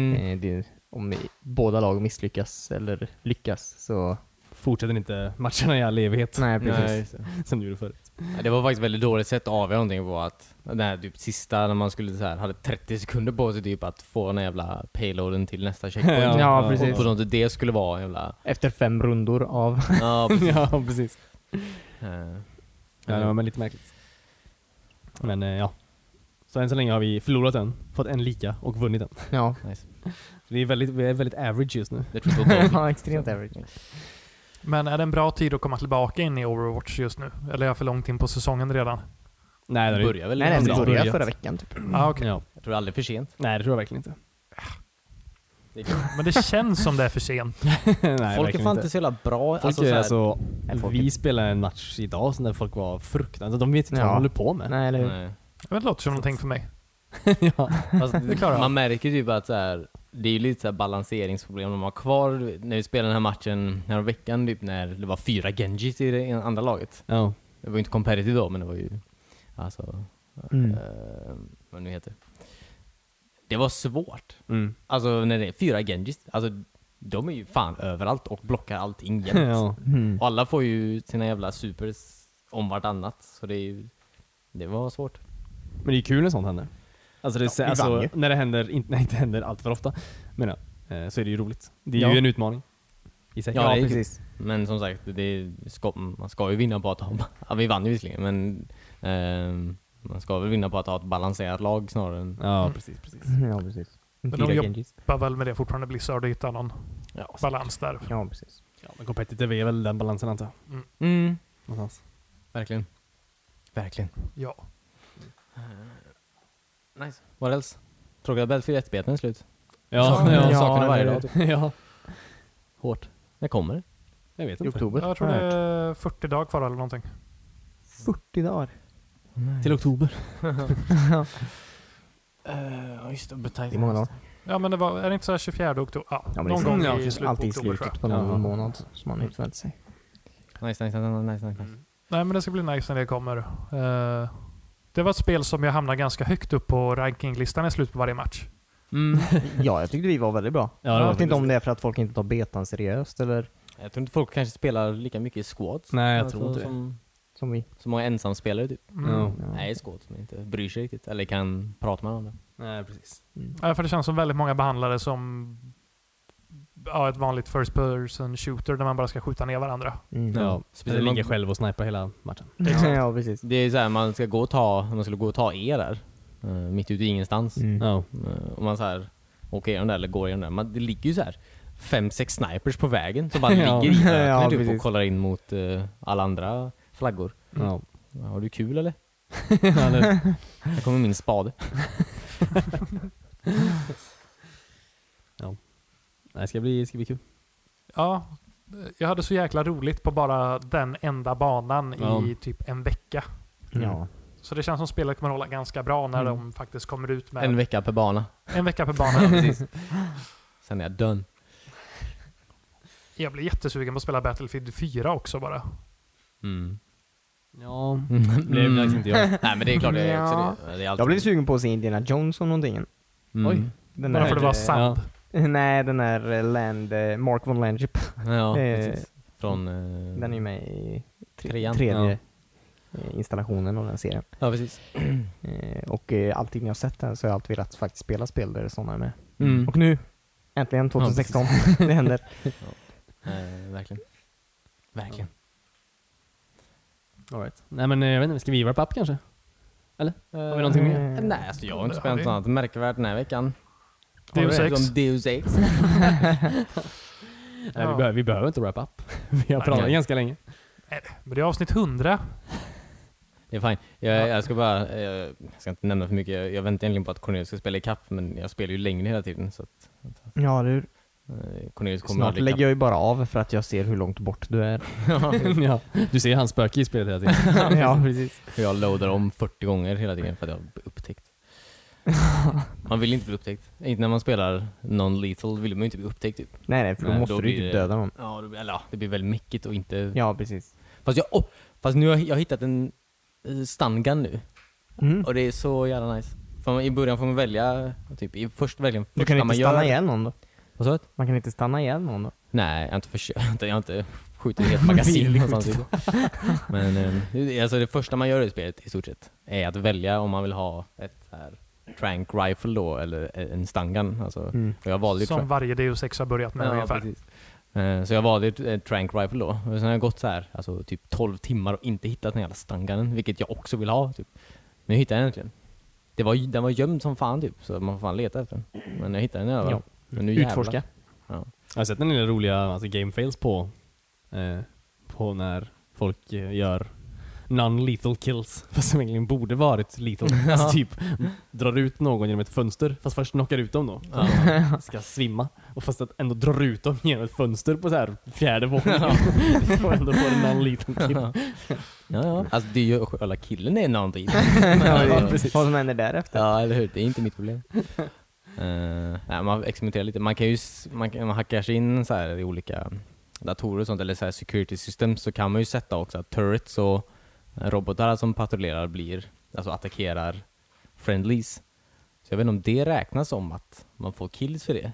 Om båda lag misslyckas eller lyckas så... Fortsätter inte matcherna i all evighet. Nej, precis. Nej, just det. Som du gjorde förut. Ja, det var faktiskt väldigt dåligt sätt att avgöra någonting på att den här typ sista när man skulle så här, hade 30 sekunder på sig typ att få den jävla payloaden till nästa checkpoint. Ja, precis. Och på något det skulle vara jävla... Efter 5 rundor av... Ja, precis. Ja, precis. Eh, Ja, det var lite märkligt. Men ja. Så än så länge har vi förlorat en, fått en lika och vunnit den. Ja. nice. Så vi är väldigt average just nu. Det är triple bogey. Ja, extremt average. Men är det en bra tid att komma tillbaka in i Overwatch just nu? Eller är jag för långt in på säsongen redan? Nej, Det det börjar väl Nej, ganska det snart. började börjat. förra veckan typ. Okej. Ja. Jag tror det är aldrig för sent. Nej, det tror jag verkligen inte. Det är kul. Men det känns som det är för sent. Nej, Folk är verkligen fan inte så jävla bra. Folk så är här- alltså, folk vi spelade en match idag så när folk var fruktansvärt. De vet inte vad Ja. de håller på med. Nej, eller hur? Nej. Jag vet inte, det låter som någonting för mig. Ja. Alltså, Det klarar jag. man märker typ att så här, det är ju lite så här balanseringsproblem de har kvar när vi spelade den här matchen här veckan typ när det var 4 Genjis i det andra laget. Ja. Det var ju inte competitive då, men det var ju alltså vad nu heter. Det var svårt. Mm. Alltså när det är 4 Genjis, alltså de är ju fan överallt och blockar allting jämt. Ja. Och alla får ju sina jävla supers om vartannat, så det är ju, det var svårt. Men det är kul när sånt händer. Alltså, det, Ja, vi vann ju. när det händer, inte händer allt för ofta, men så är det ju roligt. Det är Ja. ju en utmaning i sig. Ja, det är precis. Men som sagt, man ska ju vinna på att ha... Ja, vi vann ju visserligen, men man ska väl vinna på att ha ett balanserat lag snarare än... Ja, precis. Ja, precis. Men de 4 jobb- Genjis. Bara väl med det fortfarande Blizzard och hitta någon Ja, balans där. Ja, precis. Ja, men competitive är väl den balansen antar jag. Mm, Någonstans. verkligen. Verkligen. Ja. Nice. What else? Tråkiga Battlefield 1-beten är slut. Ja, Ja, ja. sakerna varje eller dag. hur? Typ. Ja. Hårt. När kommer det? Jag vet I inte. oktober. Jag tror har det hört. är 40 dagar kvar eller någonting. 40 dagar. Till oktober. Ja, just det. Det är många dagar. Ja, men är det inte så här 24 oktober? Ja, Ja, men någon det är gång ja, i slutet på alltid i oktober tror slutet jag. på någon Ja. månad som man utfällt sig. Nice. Nej, men det ska bli nice när det kommer. Det var ett spel som jag hamnar ganska högt upp på rankinglistan i slutet på varje match. Mm. Ja, jag tyckte vi var väldigt bra. Ja, det Jag var vet inte om det är för att folk inte tar betan seriöst eller Jag tror inte folk kanske spelar lika mycket i squads. Nej, jag Alltså, tror inte det. som vi. Så många ensamspelare typ. Mm. Ja. Nej, i squads som inte bryr sig riktigt. Eller kan prata med varandra. Nej, precis. Ja, för det känns som väldigt många behandlare som ett vanligt first person shooter där man bara ska skjuta ner varandra. Mm. Ja. Speciellt Eller man- ligga själv och snipa hela matchen. Ja, precis. Det är så här, man skulle gå och ta er där. Mitt ute i ingenstans. Mm. Ja. Och man så här åker igenom där eller går igenom där. Det ligger ju så här 5-6 snipers på vägen som bara Ja. ligger i öknen Ja, typ, och precis. kollar in mot alla andra flaggor. Ja. Har du kul eller? Eller- Här kommer min spade. Nej, det ska bli kul. Ja, jag hade så jäkla roligt på bara den enda banan Ja. i typ en vecka. Ja. Så det känns som spelet kommer hålla ganska bra när Mm. de faktiskt kommer ut med En vecka per bana. en vecka per bana. Precis. Sen är jag done. Jag blir jättesugen på att spela Battlefield 4 också bara. Mm. Ja, det är faktiskt inte jag. Nej men det är klart det är också Ja. det. Det är alltid... Jag blev sugen på att se Indiana Jones och någonting. Mm. Oj. Den Bara där, för det var sand. Nej, den där Mark von Landship. Ja, Eh, precis. Från... Den är ju med i Trean. tredje. installationen av den serien. Ja, precis. Och alltid när jag har sett den så har jag alltid velat faktiskt spela spel där sådana är med. Mm. Och nu, äntligen 2016, det händer. Verkligen. Verkligen. All right. Nej men jag vet inte, ska vi wrap up kanske? Eller? Har vi någonting mer? Nej, alltså jag har inte spelat något annat märkvärt den här veckan. Deus Ex. Som Deus Ex. Nej, vi behöver inte wrap up. Vi har pratat Nej. ganska länge. Men det är avsnitt 100. Det är fine. Jag ska bara, jag ska inte nämna för mycket. Jag väntar egentligen på att Cornelius ska spela i kapp, men jag spelar ju längre hela tiden. Så att, Ja, du. Cornelius kommer Snart aldrig lägger jag ju bara av för att jag ser hur långt bort du är. Ja, du ser hans spöke i spelet hela tiden. Ja, precis. Jag loadar om 40 gånger hela tiden för att jag har upptäckt. Man vill inte bli upptäckt. Inte när man spelar non-lethal vill man ju inte bli upptäckt typ. Nej, för då Nej, måste då du ju blir typ det- döda någon. Ja, det blir väldigt mäckigt och inte... Ja, precis. Fast nu har jag hittat en stun gun nu. Mm. Och det är så jävla nice. För i början får man välja, typ, först välja Du kan inte stanna ihjäl någon då? Vad sa du? Man kan inte stanna ihjäl någon då? Nej, jag har inte försökt. Jag har inte skjutit ett magasin någonstans. Men alltså det första man gör i spelet i stort sett är att välja om man vill ha ett här trank rifle då eller en stun gun. Alltså, och jag valde Som varje Deus Ex har börjat med ungefär. precis. Så jag valde ett trank rifle då. Och sen har jag gått så här, alltså typ 12 timmar och inte hittat den jävla stun gunnen, vilket jag också vill ha typ. Men jag hittade den äntligen. Den var gömd som fan typ, så man får fan leta efter den. Men jag hittade den i alla fall. Men nu Utforska. jävlar. Jag har sett en del roliga alltså, game fails på när folk gör non-lethal kills. Fast som egentligen borde varit lethal. Alltså typ drar ut någon genom ett fönster. Fast först knockar ut dem då. Ska svimma. Och fast att ändå drar ut dem genom ett fönster på så här 4:e våningen. Och ändå får en non-lethal kill. Ja. Alltså det är ju alla killen är non-lethal. Ja, precis. Vad som händer därefter. Ja, eller hur? Det är inte mitt problem. Nej, man experimenterar lite. Man kan ju man hackar sig in så här i olika datorer och sånt, eller så här security systems, så kan man ju sätta också att turrets och robotar som patrullerar alltså attackerar friendlies. Så jag vet inte om det räknas som att man får kills för det.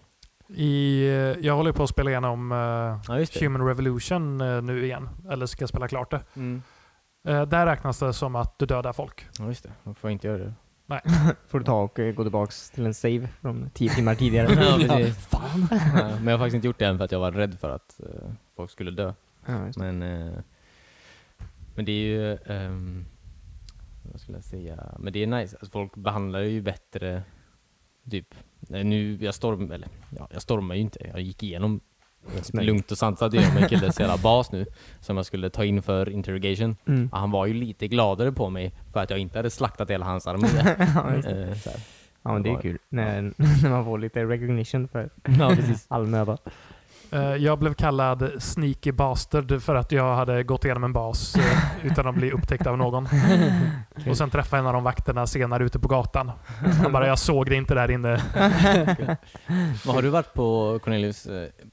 Jag håller på att spela igenom just det. Human Revolution nu igen. Eller ska spela klart det. Där räknas det som att du dödar folk. Ja, just det. Man får inte göra det. Får du ta och gå tillbaks till en save från 10 timmar tidigare. Ja, precis. Fan. Men jag har faktiskt inte gjort det än för att jag var rädd för att folk skulle dö. Ja, just det. Men det är ju vad skulle jag säga? Men det är nice. Alltså, folk behandlar ju bättre typ. Nu jag stormar ju inte. Jag gick igenom lugnt och sansat med en killes jävla bas nu som jag skulle ta in för interrogation. Han var ju lite gladare på mig för att jag inte hade slaktat hela hans armé. Ja, men det är kul. När man får lite recognition för all möda. Jag blev kallad sneaky bastard för att jag hade gått igenom en bas utan att bli upptäckt av någon. Och sen träffade en av de vakterna senare ute på gatan. Han bara, jag såg det inte där inne. Men har du varit på Cornelius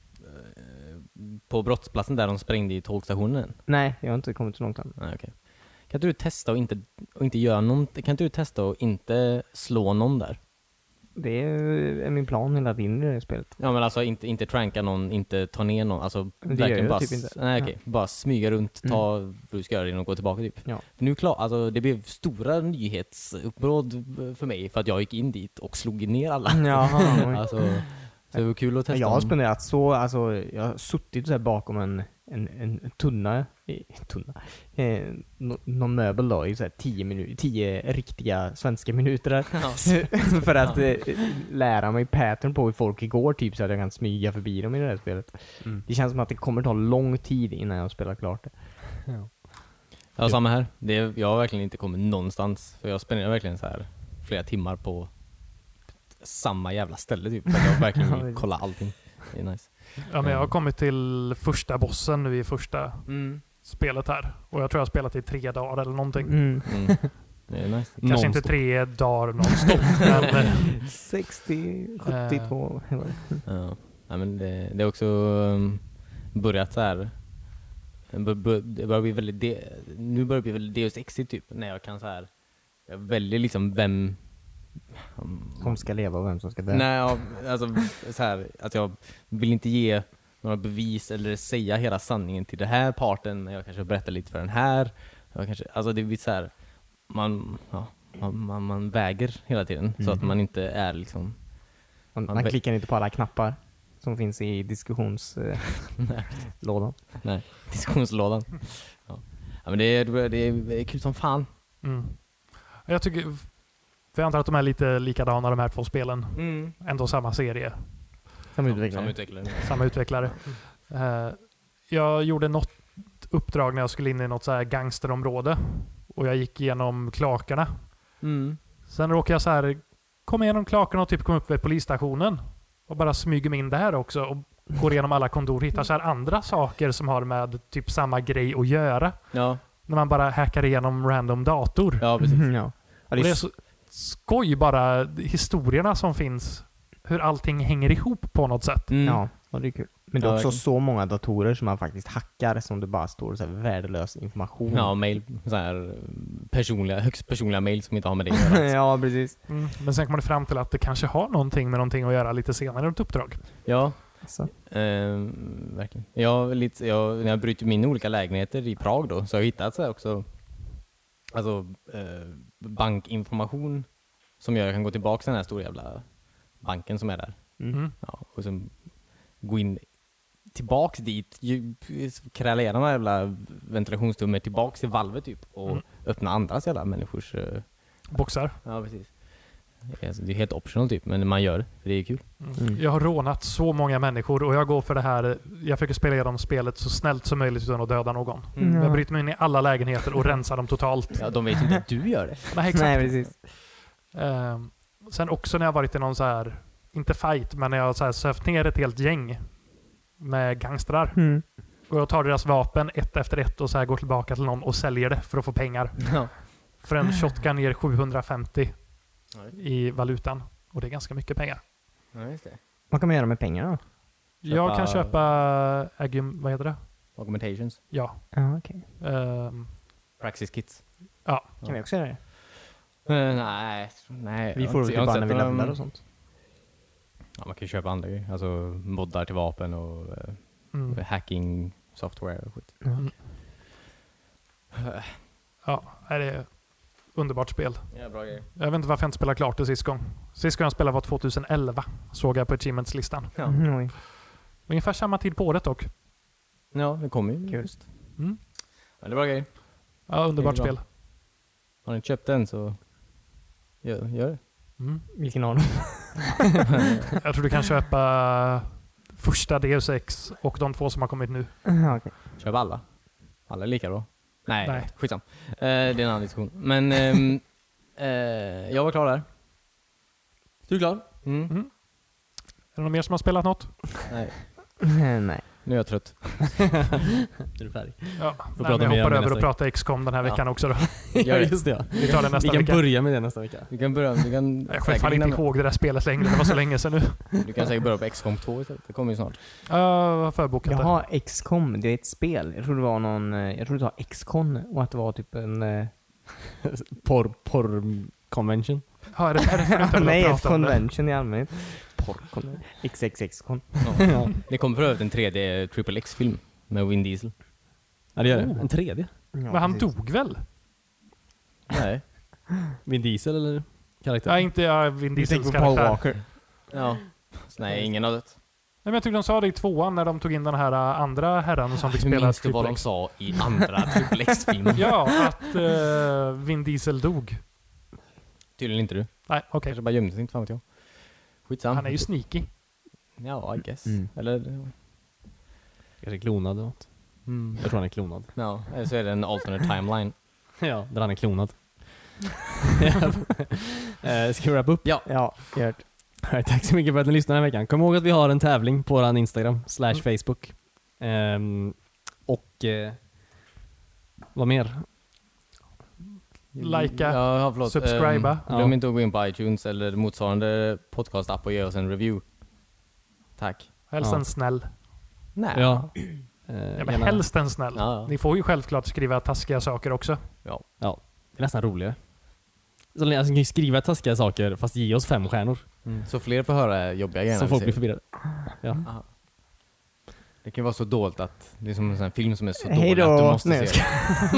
på brottsplatsen där de sprängde i tågstationen? Nej, jag har inte kommit så långt än. Nej, okej. Kan inte du testa och inte göra någon? Kan inte du testa och inte slå någon där? Det är min plan hela tiden i det här spelet. Ja, men alltså inte tranka någon, inte ta ner någon, alltså Det gör verkligen jag bara typ inte. nej, okej. Bara smyga runt, ta vad du ska göra och gå tillbaka typ. Ja. För nu alltså det blev stora nyhetsuppbrott för mig för att jag gick in dit och slog ner alla. Jaha, Alltså, så det var kul att testa. jag har spenderat så, alltså jag har suttit så här bakom en tunna, någon möbel då i så här 10 riktiga svenska minuter där. För att lära mig pattern på hur folk går typ så att jag kan smyga förbi dem i det här spelet. Det känns som att det kommer ta lång tid innan jag spelar klart det. Ja, samma här. Jag har verkligen inte kommit någonstans, för jag spenderar verkligen så här flera timmar på samma jävla ställe typ, för att jag verkligen vill kolla allting. Det är nice. Ja, men jag har kommit till första bossen nu i första spelet här. Och jag tror jag har spelat i 3 dagar eller någonting. Det är nice. Kanske inte 3 dagar nonstop, men 60, 72 Ja, men det är också börjat så här. Det börjar bli väldigt nu börjar det bli väldigt Deus Exit typ, när jag kan så här, jag väljer liksom vem som ska leva och vem som ska dö. Nej, alltså så här, att jag vill inte ge några bevis eller säga hela sanningen till den här parten, men jag kanske berättar lite för den här. Ja, kanske. Alltså det blir så här, man väger hela tiden så att man inte är liksom... Man klickar inte på alla knappar som finns i diskussionslådan. Nej, diskussionslådan. Ja. Ja, men det är kul som fan. Jag tycker... För jag antar att de är lite likadana de här två spelen. Ändå samma serie. Samma utvecklare. Jag gjorde något uppdrag när jag skulle in i något så här gangsterområde. Och jag gick igenom klakarna. Sen råkade jag så här komma igenom klakarna och typ kom upp vid polisstationen. Och bara smyger mig in där också. Och går igenom alla kontor och hittar så här andra saker som har med typ samma grej att göra. Ja. När man bara hackar igenom random dator. Ja, precis. Ja. Och det är så skoj bara historierna som finns. Hur allting hänger ihop på något sätt. Ja, det är kul. Men det är också så många datorer som man faktiskt hackar som det bara står så här värdelös information. Ja, mail. Så här högst personliga mail som inte har med det att göra. Ja, precis. Men sen kommer det fram till att det kanske har någonting med någonting att göra lite senare i ett uppdrag. Ja, alltså. Verkligen. När jag bryter min olika lägenheter i Prag då, så har jag hittat så här också bankinformation som gör att jag kan gå tillbaka till den här stora jävla banken som är där. Ja, och sen gå in tillbaks dit, kräla igenom de jävla ventilationstummar tillbaks till valvet typ och öppna andras jävla människors boxar. Ja, precis. Alltså, det är helt optional typ, men man gör det, för det är kul. Jag har rånat så många människor och jag går för det här. Jag försöker spela igenom spelet så snällt som möjligt utan att döda någon. Jag bryter mig in i alla lägenheter och rensar dem totalt. Ja, de vet inte att du gör det. Nej, exakt. Nej, precis. Sen också när jag varit i någon så här, inte fight, men när jag så här sövt ner ett helt gäng med gangstrar. Går och tar deras vapen ett efter ett och så här går tillbaka till någon och säljer det för att få pengar. Ja. För en shotgun ger 750 i valutan. Och det är ganska mycket pengar. Ja, just det. Vad kan man göra med pengar då? Jag kan köpa vad heter det? Augmentations. Ja. Ja, okej. Praxis kits. Ja. Kan vi också göra det? Nej. Vi får det bara när vi levlar och sånt. Ja, man kan ju köpa andra grejer. Alltså moddar till vapen och hacking software och skit. Ja, det är underbart spel. Ja, bra grejer. Jag vet inte varför jag inte spelade klart det sist gång. Sist gång jag spelade var 2011. Såg jag på Achievements-listan. Ja. Ungefär samma tid på året dock. Ja, det kommer ju. Kul. Ja, det är bra grejer. Ja, underbart spel. Har ni inte köpt den så gör det. Vilken av dem? Jag tror du kan köpa första Deus Ex och de två som har kommit nu. Okay. Köp alla. Alla är lika bra. Nej. Skitsam. Det är en annan diskussion. Men jag var klar där. Du är klar? Är det någon mer som har spelat något? Nej. Nej. Nu är jag trött. Är du färdig? Ja, jag hoppar över och pratar XCOM den här veckan också då. Ja, just det. Vi tar det nästa vecka. Vi kan börja med det nästa vecka. Vi kan börja. Jag kommer fan inte ihåg det där spelet längre. Det var så länge sedan nu. Du kan säkert börja på XCOM 2 istället. Det kommer ju snart. Förbokat det. Jaha, XCOM. Det är ett spel. Jag tror det var jag tror det var XCON och att det var typ en... porr-convention. Ja, är det för nej, ett convention i allmänhet. Porr-convention. XXX-con. Ja. Det kommer för övrigt en 3D Triple X-film med Vin Diesel. Ja, det gör det. En 3D? Ja, men han dog väl? Nej. Vin Diesel eller karaktär? Nej, inte Vin Diesels Paul karaktär. Walker. Ja. Så nej, ingen har dött. Nej, men jag tyckte de sa det i 2:an när de tog in den här andra herran som fick Hur spela minns du vad Triple de X. sa i andra Triple X-filmen? Ja, att Vin Diesel dog. Tydligen inte du. Nej, okej. Kanske bara gömde sig, inte fan vet jag. Skitsam. Han är ju sneaky. Ja, I guess. Mm. Eller... Kanske klonad eller något. Jag tror han är klonad. Ja, eller så är det en alternate timeline. Ja, där han är klonad. Ska vi wrap upp? Ja. Ja, gör det. Tack så mycket för att ni lyssnade den här veckan. Kom ihåg att vi har en tävling på vår Instagram /Facebook. Vad mer? Lajka, ja, förlåt. subscriba. Glöm inte att gå in på iTunes eller motsvarande podcast-app och ge oss en review. Tack. Helst en snäll. Nej. Ja. Ja, men helst en snäll. Ja. Ni får ju självklart skriva taskiga saker också. Ja, det är nästan roligare. Så ni kan ju skriva taskiga saker fast ge oss 5 stjärnor. Så fler får höra jobbiga grejer. Så folk blir förvirrade. Ja. Aha. Det kan vara så dolt att det är som en sån här film som är så Hej dålig då. att du måste Nej, se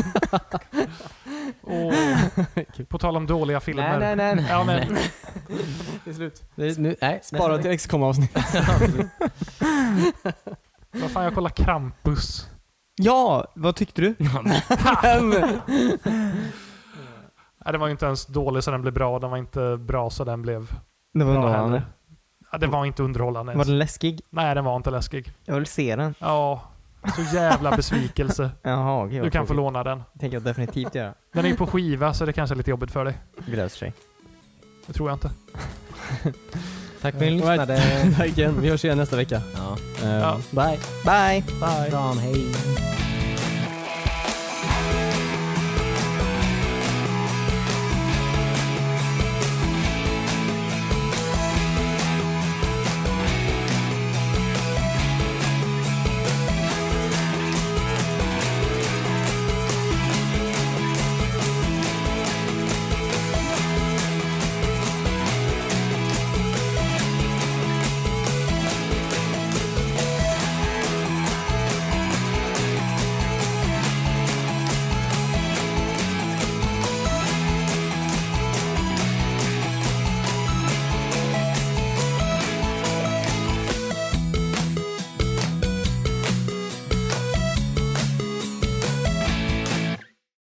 jag det. På tal om dåliga filmer. Nej. Ja, men, Det är slut. Nej, Spara till XCOM-avsnitt. vad fan, jag kollar Krampus. Ja, vad tyckte du? Nej, den var ju inte ens dålig så den blev bra. Den var inte bra så den blev Det var bra underhållande. heller. Ja, det var inte underhållande Var ens. den läskig? Nej, den var inte läskig. Jag vill se den. Ja, så jävla besvikelse. Jaha, okej. Du kan få låna den. Det tänker jag definitivt göra. Den är ju på skiva så det kanske är lite jobbigt för dig. Det löser sig. Det tror jag inte. Tack för att ni lyssnade. Tack igen. Vi hörs igen nästa vecka. Ja. Ja. Bye. Bye! Bye. Kram, hej.